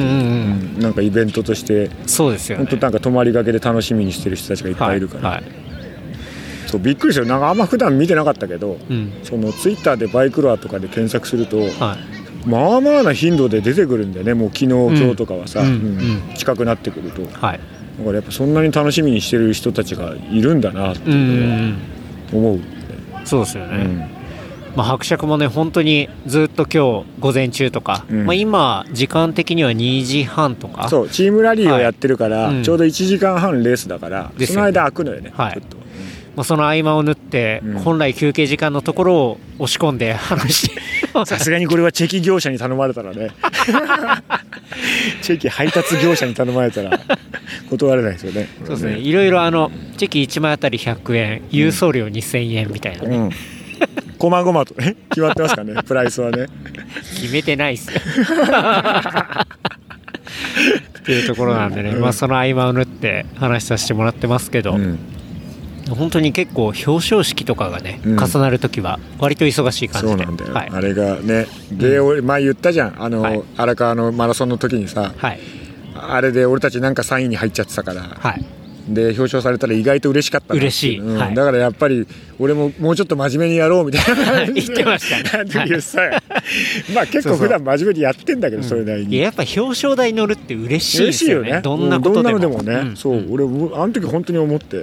なんかイベントとしてそうですよね、 本当なんか泊まりがけで楽しみにしてる人たちがいっぱいいるから、そうびっくりしたよ。なんかあんま普段見てなかったけど、そのツイッターでバイクロアとかで検索すると、まあまあな頻度で出てくるんだよね。もう昨日今日とかはさ、近くなってくると、だからやっぱそんなに楽しみにしてる人たちがいるんだなっていうのは思う。 そうですよね、まあ、伯爵もね本当にずっと今日午前中とか、まあ、今時間的には2時半とか、 そうチームラリーをやってるから、ちょうど1時間半レースだから、その間空くのよね、ちょっと。 まあ、その合間を縫って、本来休憩時間のところを押し込んで話してさすがにこれはチェキ業者に頼まれたらねチェキ配達業者に頼まれたら断れないですよね。 そうですね、いろいろチェキ1枚あたり100円、郵送料2000円みたいなね、 こまごまとね決まってますかねプライスはね決めてないっすよっていうところなんでね、まあ、その合間を縫って話させてもらってますけど、本当に結構表彰式とかがね、重なるときは割と忙しい感じで。 そうなんだよ、あれがねで、前言ったじゃん荒川のマラソンの時にさ、あれで俺たちなんか3位に入っちゃってたから、で表彰されたら意外と嬉しかったな。 嬉しい、 だからやっぱり俺ももうちょっと真面目にやろうみたいな言ってましたねまあ結構普段真面目にやってんだけど、それなりに。 やっぱ表彰台乗るって嬉しいですよね。どんなことでも。 どんなのでもね、そう俺あの時本当に思って、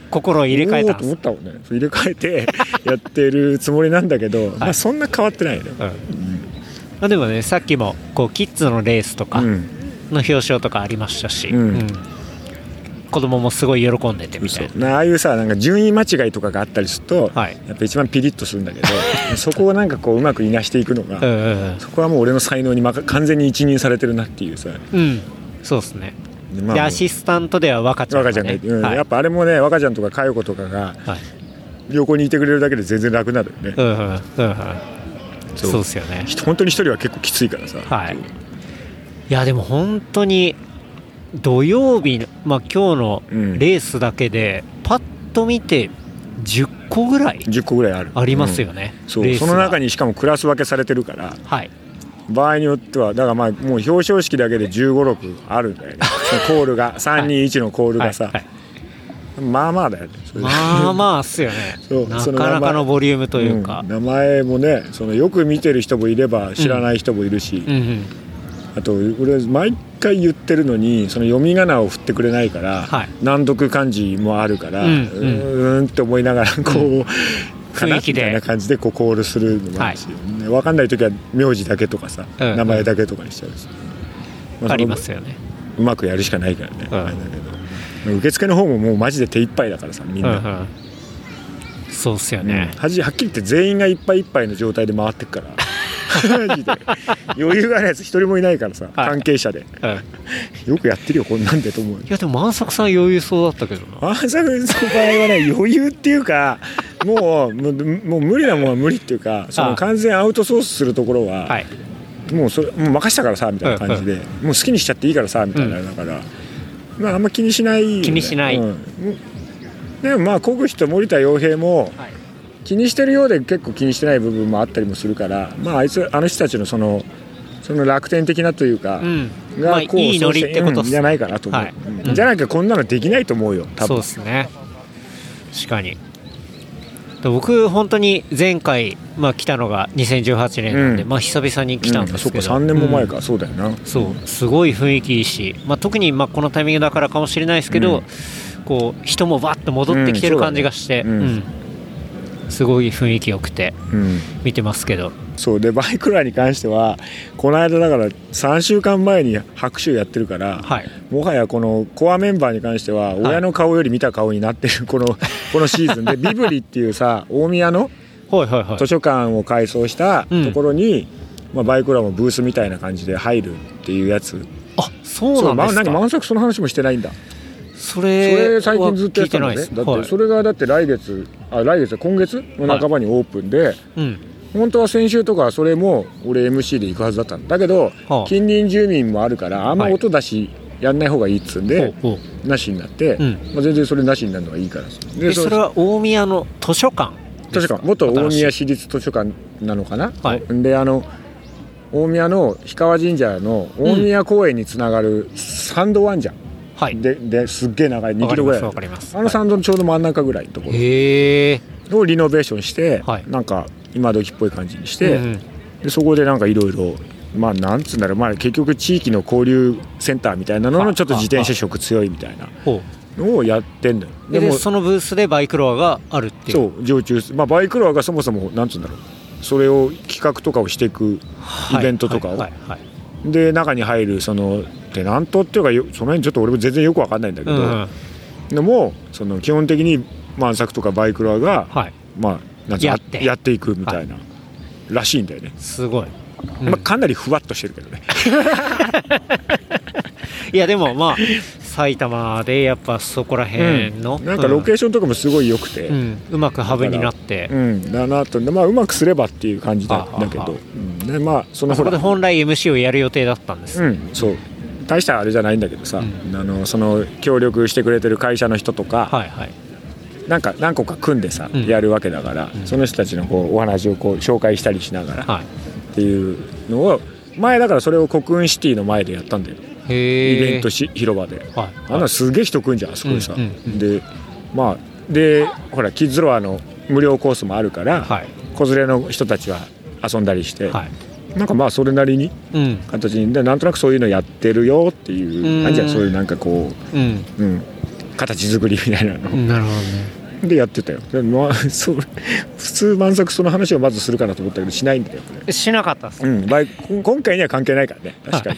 心を入れ替えたんです。 と思ったもんね。入れ替えてやってるつもりなんだけど、まあそんな変わってないよね。 まあ、でもね、さっきもこうキッズのレースとかの表彰とかありましたし、子供もすごい喜んでてみたいな。 ああいうさ、なんか順位間違いとかがあったりすると、やっぱ一番ピリッとするんだけどそこをなんかこううまくいなしていくのがそこはもう俺の才能に完全に一任されてるなっていうさ、 そうですね。でアシスタントでは若ちゃんがね、 やっぱあれもね、若ちゃんとか佳代子とかが横にいてくれるだけで全然楽になるよね。 そうですよね。 本当に一人は結構きついからさ。 いやでも本当に土曜日の、今日のレースだけでパッと見て10個ぐらいありますよね。 その中にしかもクラス分けされてるから、場合によってはだからもう表彰式だけで15、6あるんだよねそのコールが321のコールがさ、まあまあだよね。 まあまあっすよねなかなかのボリュームというか、 名前もね、そのよく見てる人もいれば知らない人もいるし、あと俺毎回言ってるのにその読み仮名を振ってくれないから、難読漢字もあるからって思いながらこう雰囲気でみたいな感じでこうコールするのもあるし、分かんない時は名字だけとかさ、名前だけとかにしちゃうし、 ありますよね。 うまくやるしかないからね。だけど受付の方ももうマジで手一杯だからさ、みんな。 そうっすよね。 はっきり言って全員がいっぱいいっぱいの状態で回ってくからマジで余裕がないやつ一人もいないからさ、関係者で、よくやってるよこんなんでと思う。 いやでも万作さん余裕そうだったけどな。 万作さんの場合はね、余裕っていうかもう無理なものは無理っていうか、その完全アウトソースするところは、もう任したからさみたいな感じで、もう好きにしちゃっていいからさみたいな、だからまああんま気にしない、 気にしない、 でもまあコグヒと森田洋平も気にしてるようで結構気にしてない部分もあったりもするから、まああの人たちのその楽天的なというか、 がこういいノリってことじゃないかなと思う。じゃなきゃこんなのできないと思うよ多分。 そうですね。確かに。僕本当に前回来たのが2018年なんで、久々に来たんですけど、 そうか3年も前か、そうだよな。 そうすごい雰囲気いいし、特にこのタイミングだからかもしれないですけど、こう人もバッと戻ってきてる感じがして、すごい雰囲気よくて見てますけど、 そうでバイクラーに関してはこの間だから3週間前に白州やってるから、もはやこのコアメンバーに関しては親の顔より見た顔になってるこのシーズンでビブリっていうさ、大宮の図書館を改装したところに、バイクラーもブースみたいな感じで入るっていうやつ。 あ、そうなんですか。 万作その話もしてないんだ。 それ最近ずっとやってたのね。だってそれが今月の半ばにオープンで、本当は先週とかそれも俺 MC で行くはずだったんだけど、近隣住民もあるからあんま音出しやんない方がいいっつうんで、なしになって、全然それなしになるのがいいから。 でそれは大宮の図書館元大宮市立図書館なのかな。で大宮の氷川神社の大宮公園につながる参道あんじゃん。ですっげえ長い2キロぐらい、あの参道のちょうど真ん中ぐらいのところをリノベーションして、なんか今時っぽい感じにして、でそこでなんかいろいろなんつうんだろう、結局地域の交流センターみたいなののちょっと自転車色強いみたいなのをやってんだよ。 でもそのブースでバイクロアがあるっていう。 そう常駐、バイクロアがそもそもなんつうんだろう、それを企画とかをしていくイベントとかを、で中に入るそのテナントっていうか、その辺ちょっと俺も全然よく分かんないんだけど、でもその基本的に万作とかバイクラーが、やっていくみたいな、らしいんだよね。 すごい、 かなりふわっとしてるけどねいやでも埼玉でやっぱそこら辺の、 なんかロケーションとかもすごい良くて、 うまくハブになって、 だなと。うまくすればっていう感じだけど、 そこで本来 MC をやる予定だったんです。 そう大したあれじゃないんだけどさ、その協力してくれてる会社の人とか、なんか何個か組んでさ、やるわけだから、その人たちのこうお話をこう紹介したりしながら、っていうのを前だからそれを国運シティの前でやったんだよ。イベント広場で、あんなすげえ人来んじゃんあそこでさ、でほらキッズロアの無料コースもあるから、子連れの人たちは遊んだりして、なんかそれなりに形にでなんとなくそういうのやってるよっていう感じは、そういうなんかこう、 形作りみたいなの、 なるほどね。 でやってたよ。まあ、そう普通満足その話をまずするかなと思ったけどしないんだよこれ。 しなかったっす、 今回には関係ないからね確かに、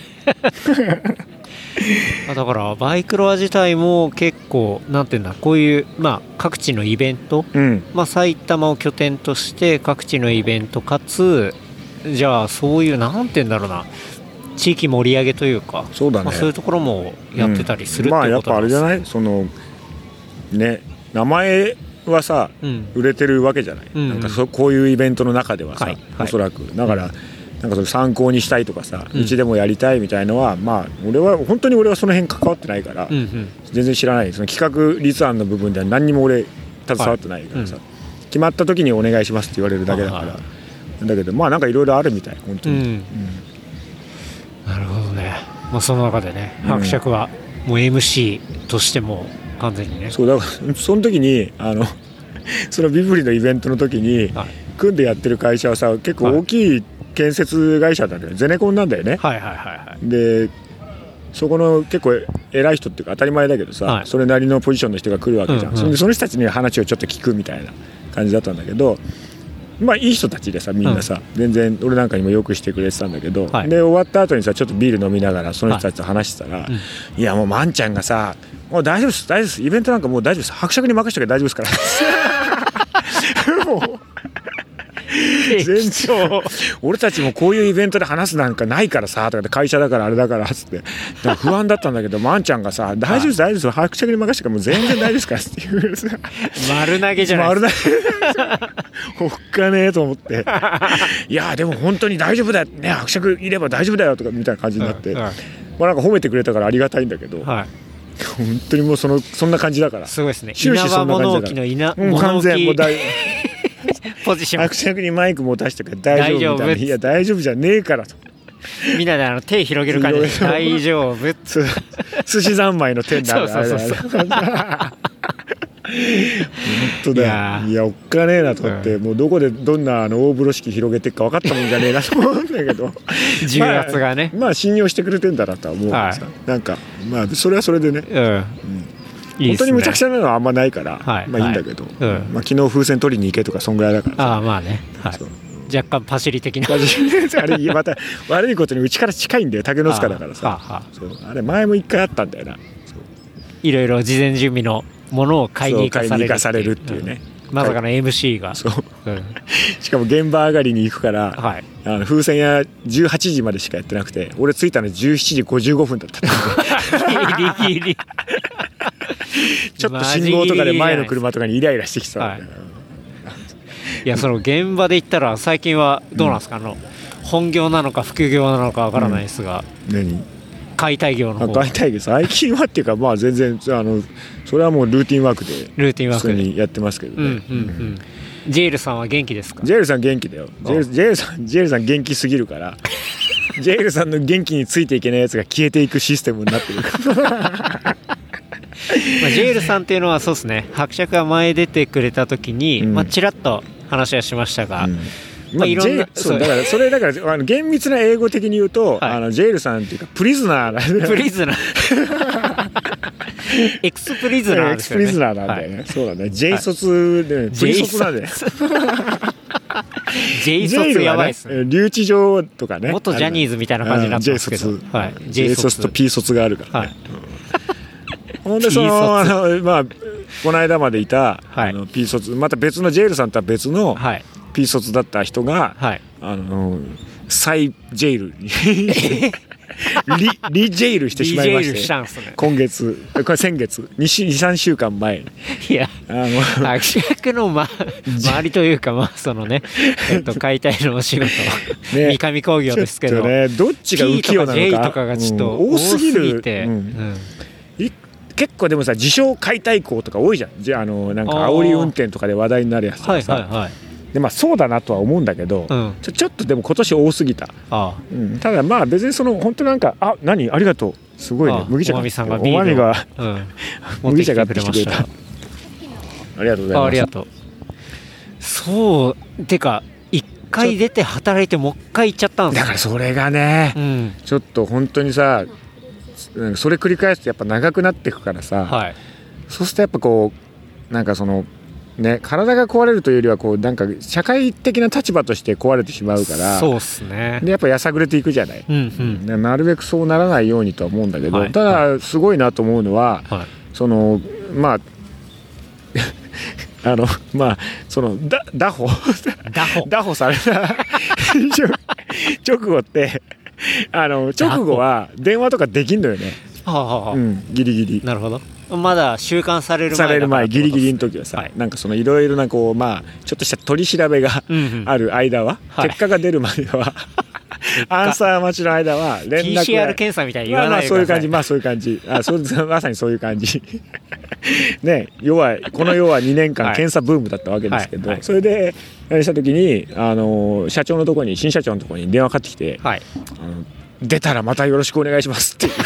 だからバイクロア自体も結構なんていうんだ、こういう、各地のイベント、埼玉を拠点として各地のイベントかつ、じゃあそういうなんていうんだろうな、地域盛り上げというか、そうだね、そういうところもやってたりするってことなんです、 やっぱあれじゃない、そのね、名前はさ、売れてるわけじゃない、なんかこういうイベントの中ではさ、おそらくだから、なんかそれ参考にしたいとかさ、うちでもやりたいみたいのは、俺はその辺関わってないから、全然知らない。その企画立案の部分では何にも俺携わってないからさ、決まった時にお願いしますって言われるだけだから、だけどなんかいろいろあるみたい本当に、 なるほどね。その中でね、伯爵はもう MC としても完全にね、 そうだからその時にそのビブリのイベントの時に、組んでやってる会社はさ、結構大きい建設会社なんだよね、ゼネコンなんだよね。でそこの結構偉い人っていうか当たり前だけどさ、それなりのポジションの人が来るわけじゃん、その人たちに話をちょっと聞くみたいな感じだったんだけど、いい人たちでさ、みんなさ、全然俺なんかにもよくしてくれてたんだけど、で終わった後にさ、ちょっとビール飲みながらその人たちと話してたら、いやもう万ちゃんがさ、もう大丈夫です、イベントなんかもう大丈夫です、伯爵に任せとけば大丈夫ですからもう全然俺たちもこういうイベントで話すなんかないからさとか、会社だからあれだからっつって、不安だったんだけど、万ちゃんがさ、大丈夫です伯爵に任せてからもう全然大丈夫ですからっていうさ丸投げじゃないですか、おっかねえと思っていやでも本当に大丈夫だよね、伯爵いれば大丈夫だよとかみたいな感じになって、なんか褒めてくれたからありがたいんだけど、本当にもうそんな感じだから、 すごいですね。 終始そんな感じだから、完全もうポジション、 伯爵にマイク持たしてから大丈夫みたいな、いや大丈夫じゃねえからと、 みんなで手広げる感じで大丈夫寿司三昧の天だ本当だよ。いやおっかねえなと思って、もうどこでどんな大風呂敷広げていくか分かったもんじゃねえなと思うんだけど重圧がね、 信用してくれてんだなとは思うんですが、なんかそれはそれでね、本当に無茶苦茶なのはあんまないから、いいんだけど、昨日風船取りに行けとかそんぐらいだからさ、 若干パシリ的なあれまた悪いことにうちから近いんだよ、竹の塚だからさ、あれ前も一回あったんだよな、 いろいろ事前準備のものを買いに行かされるっていうね、 まさかの MC がしかも現場上がりに行くから、風船屋18時までしかやってなくて、俺着いたの17時55分だったギリギリちょっと信号とかで前の車とかにイライラしてきた、 いやその現場で言ったら最近はどうなんですか、本業なのか副業なのかわからないですが、解体業の方、 解体業最近はっていうか、全然それはもうルーティンワークで普通にやってますけどね。 ジェイルさんは元気ですか？ ジェイルさん元気だよ。ジェイルさん元気すぎるからジェイルさんの元気についていけないやつが消えていくシステムになってるジェイルさんっていうのはそうですね、伯爵が前出てくれた時に、ちらっと話はしましたが、いろんなだから厳密な英語的に言うと、ジェイルさんっていうかプリズナーエクスプリズナーですよね。 エクスプリズナーなんだよね、そうだね、J 卒でプリ卒なんだよ J 卒やばいっすね。 留置場とかね、 元ジャニーズみたいな感じになってますけど、 J 卒と P 卒があるからね。ほんでこの間までいたP 卒、また別のジェイルさんとは別のP 卒だった人が、再ジェイルにリジェイルしてしまいまして、今月これ先月 2,3 週間前に、 いや伯爵の周りというか、そのね解体のお仕事三上工業ですけど、 どっちが浮世なのか J とかがちょっと多すぎて、 結構でもさ、自称解体工とか多いじゃん。なんか煽り運転とかで話題になるやつとかさ、でそうだなとは思うんだけど、ちょっとでも今年多すぎた。ただ別に本当なんかありがとう、すごいね、麦茶がおまみが麦茶買ってきてくれた。ありがとうございます。 ありがとう。そうてか一回出て働いてもう一回行っちゃったんですよ。 だからそれがね、ちょっと本当にさ、それ繰り返すとやっぱ長くなっていくからさ、 そうするとやっぱこうなんかそのね、体が壊れるというよりはこうなんか社会的な立場として壊れてしまうから、 そうっすね。 でやっぱやさぐれていくじゃない、なるべくそうならないようにとは思うんだけど、ただすごいなと思うのは、そのまあまあその拿捕された直後って直後は電話とかできんのよね。ギリギリ。 なるほど。まだ収監される前ギリギリの時はさ、なんかそのいろいろなこうまあちょっとした取り調べがある間は、結果が出るまではアンサー待ちの間は連絡が PCR 検査みたいに言わないでください。 まあそういう感じまさにそういう感じね。この世は2年間検査ブームだったわけですけど、それでした時に社長のところに新社長のところに電話かかってきて、出たらまたよろしくお願いしますっていう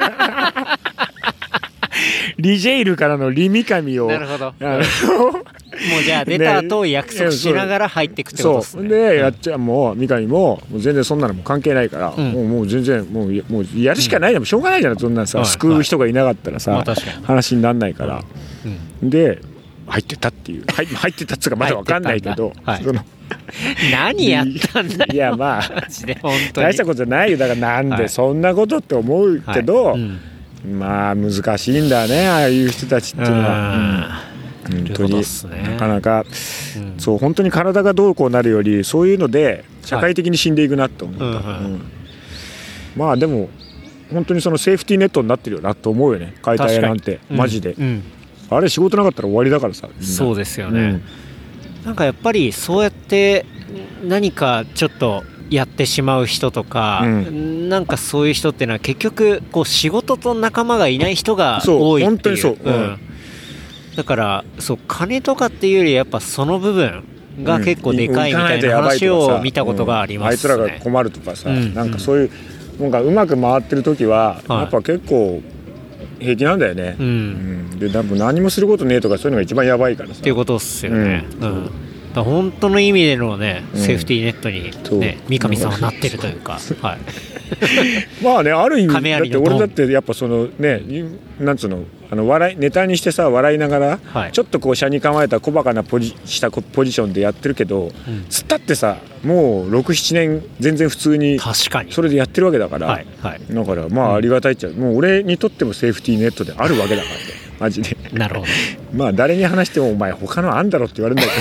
リジェイルからのリミカミを、なるほどもうじゃあ出た後約束しながら入っていくってことですね。 でやっちゃんも三上も全然そんなのも関係ないから、もう全然もうやるしかないでもしょうがないじゃん、そんなさ、救う人がいなかったらさ、話にならないから、で入ってたっていう入ってたっつうかまだ分かんないけど、 何やったんだよ。 いやまあ大したことじゃないよ。だからなんでそんなことって思うけど、まあ難しいんだね、ああいう人たちっていうのは。本当になかなか、そう本当に体がどうこうなるよりそういうので社会的に死んでいくなと思った、まあでも本当にそのセーフティーネットになってるよなと思うよね、解体屋なんてマジで、あれ仕事なかったら終わりだからさ。 そうですよね、なんかやっぱりそうやって何かちょっとやってしまう人とか、なんかそういう人っていうのは結局こう仕事と仲間がいない人が多いっていう。 そう本当にそう、 だからそう金とかっていうよりやっぱその部分が結構でかいみたいな話を見たことがありますね。 あいつらが困るとかさ、なんかそういうなんかうまく回ってる時はやっぱ結構平気なんだよね、で多分何もすることねえとかそういうのが一番やばいからさっていうことっすよね、本当の意味でのね、セーフティーネットにね、三上さんはなってるというか、 まあね、ある意味だって俺だってやっぱそのね、なんつうのネタにしてさ笑いながら、ちょっとこう車に構えた小バカなしたポジションでやってるけど、つったってさもう 6,7 年全然普通にそれでやってるわけだから、だからまあありがたいっちゃ、もう俺にとってもセーフティーネットであるわけだからね、マジで。 なるほど。 まあ誰に話してもお前他のあんだろって言われるんだ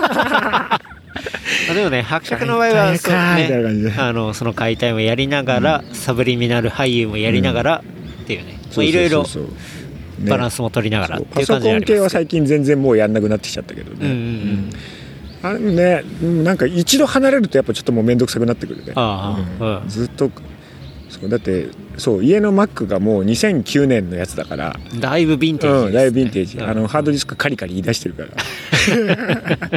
けどでもね、伯爵の場合はそうね、その解体もやりながら、サブリミナル俳優もやりながらっていうね、いろいろバランスも取りながらっていう感じであります。パソコン系は最近全然もうやんなくなってきちゃったけどね、あれね、なんか一度離れるとやっぱちょっともう面倒くさくなってくるね、ずっとそうだってそう家の Mac がもう2009年のやつだからだいぶヴィンテージですね、 だいぶヴィンテージ、ハードディスクカリカリ言い出してるから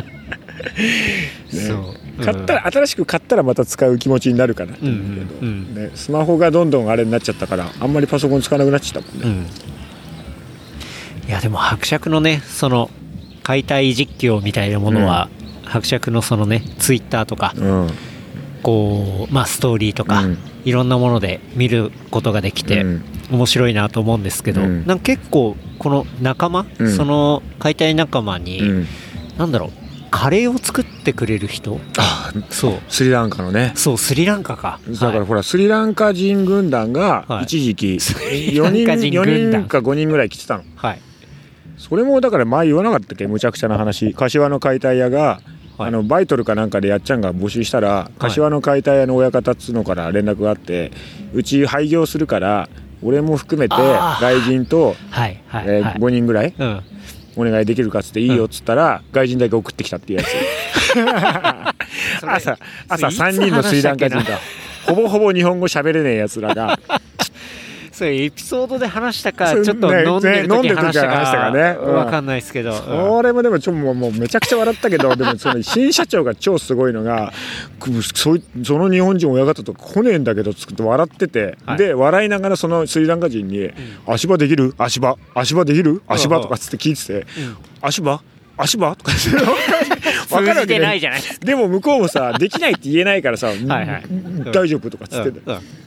新しく買ったらまた使う気持ちになるかなと思うけど、スマホがどんどんあれになっちゃったからあんまりパソコン使わなくなっちゃったもんね、 いやでも伯爵のねその解体実況みたいなものは、伯爵のそのねツイッターとか、こうまあストーリーとか、いろんなもので見ることができて、面白いなと思うんですけど、なんか結構この仲間、その解体仲間に、なんだろう、カレーを作ってくれる人、そうスリランカのね、 そうスリランカか、 だからほら、スリランカ人軍団が一時期4人か5人ぐらい来てたの、それもだから前言わなかったっけ、むちゃくちゃな話。柏の解体屋がバイトルかなんかでやっちゃんが募集したら、柏の解体屋の親方っつうのから連絡があって、うち廃業するから俺も含めて外人と5人ぐらいお願いできるかっつっていいよっつったら、外人だけ送ってきたっていうやつ朝3人のスリランカ人がほぼほぼ日本語喋れねえやつらがそれエピソードで話したか、ちょっと飲んでる時話したかね、分かんないですけど、 それもでももうめちゃくちゃ笑ったけど、でもその新社長が超すごいのが、その日本人親方と来ねえんだけどつって笑ってて、で笑いながらそのスリランカ人に足場できる、足場できる、足場とかつって聞いてて、足場とかって分かるわけないじゃないですか。でも向こうもさできないって言えないからさ、大丈夫とかつって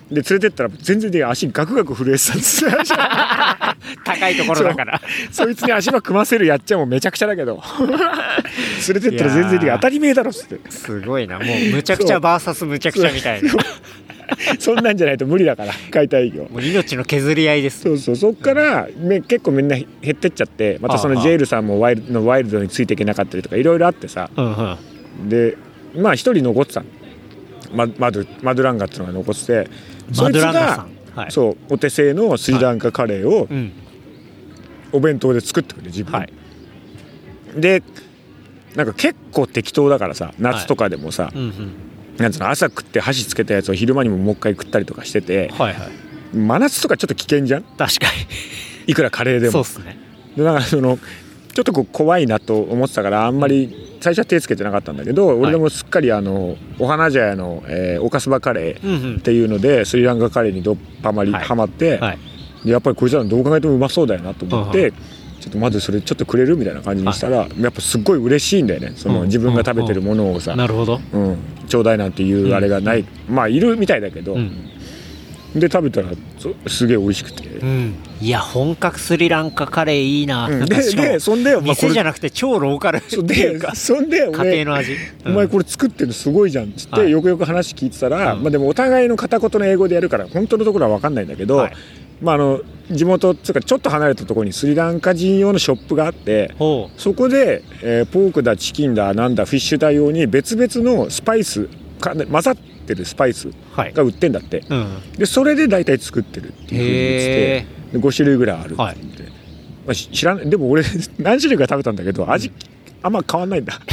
で連れてったら全然で足ガクガク震えてたんです高いところだからそいつに足場組ませるやっちゃもめちゃくちゃだけど連れてったら全然で当たり前だろっつって。 すごいな、もうむちゃくちゃ VS むちゃくちゃみたいなそんなんじゃないと無理だから解体業、 もう命の削り合いです。 そっから結構みんな減ってっちゃって、またそのジェイルさんもワイルドについていけなかったりとかいろいろあってさ、でまあ一人残ってたの、マドランガっていうのが残ってて、そいつが、そうお手製のスリランカカレーをお弁当で作ってくれる自分、でなんか結構適当だからさ、夏とかでもさ、なんつうの、朝食って箸つけたやつを昼間にももう一回食ったりとかしてて、真夏とかちょっと危険じゃん。 確かにいくらカレーでも。 そうっすね。 でだからちょっと怖いなと思ってたからあんまり最初は手つけてなかったんだけど、俺でもすっかりお花茶屋の、おかすばカレーっていうので、スリランカカレーにどっぱまりハマって、でやっぱりこいつらどう考えてもうまそうだよなと思って、ちょっとまずそれちょっとくれるみたいな感じにしたら、やっぱすっごい嬉しいんだよね、その自分が食べてるものをさ、 なるほど、 ちょうだいなんていうあれがない、まあいるみたいだけど、で食べたらすげえ美味しくて、 いや本格スリランカカレーいいな、 でそんで店じゃなくて超ローカルっていうか、 そんで家庭の味、 お前これ作ってるのすごいじゃんっつってよくよく話聞いてたら、まあでもお互いの片言の英語でやるから本当のところは分かんないんだけど、まあ地元っていうかちょっと離れたところにスリランカ人用のショップがあって、そこで、ポークだチキンだなんだフィッシュだ用に別々のスパイス混ざってるスパイスが売ってんだって、でそれで大体作ってるっていうふうに言ってて、5種類ぐらいあるって言って、まあ、知らない。でも俺何種類か食べたんだけど味あんま変わんないんだ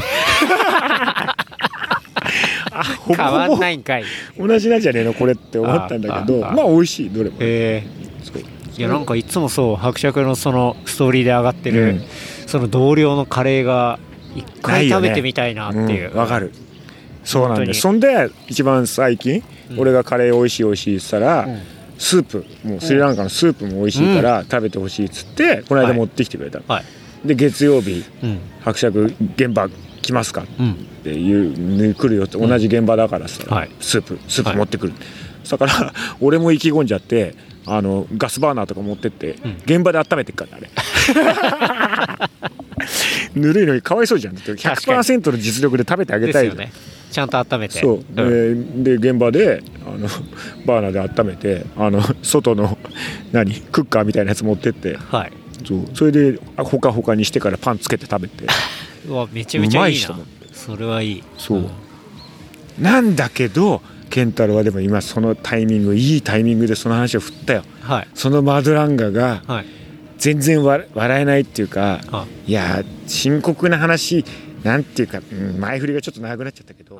変わんないんかい、 同じなんじゃねえのこれって思ったんだけど、まあ美味しいどれも。 いやなんかいつもそう伯爵のそのストーリーで上がってる、その同僚のカレーが一回食べてみたいなっていう。 わかる。そうなんです。そんで一番最近、俺がカレー美味しい美味しいって言ったら、スープもうスリランカのスープも美味しいから食べてほしいっつってこの間持ってきてくれた、で月曜日、伯爵現場来ますかっていう来るよって、同じ現場だからさ、スープ持ってくる、だから俺も意気込んじゃってガスバーナーとか持ってって、現場で温めてっからねあれぬるいのにかわいそうじゃん。 100% の実力で食べてあげたいじゃん、 ちゃんと温めて。 そう、で現場でバーナーで温めて外のクッカーみたいなやつ持ってって、それでほかほかにしてからパンつけて食べてうわめちゃめちゃいいな。それはいい。 そう、なんだけど健太郎はでも今そのタイミング、いいタイミングでその話を振ったよ、そのマドランガが全然笑えないっていうか、いや深刻な話なんていうか、前振りがちょっと長くなっちゃったけど、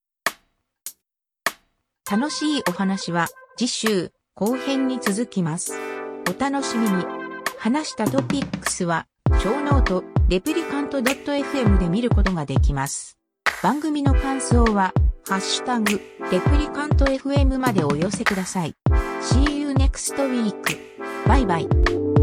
楽しいお話は次週後編に続きます。お楽しみに。話したトピックスは小ノートレプリカント .fm で見ることができます。番組の感想はハッシュタグレプリカント FM までお寄せください。See you next week. バイバイ。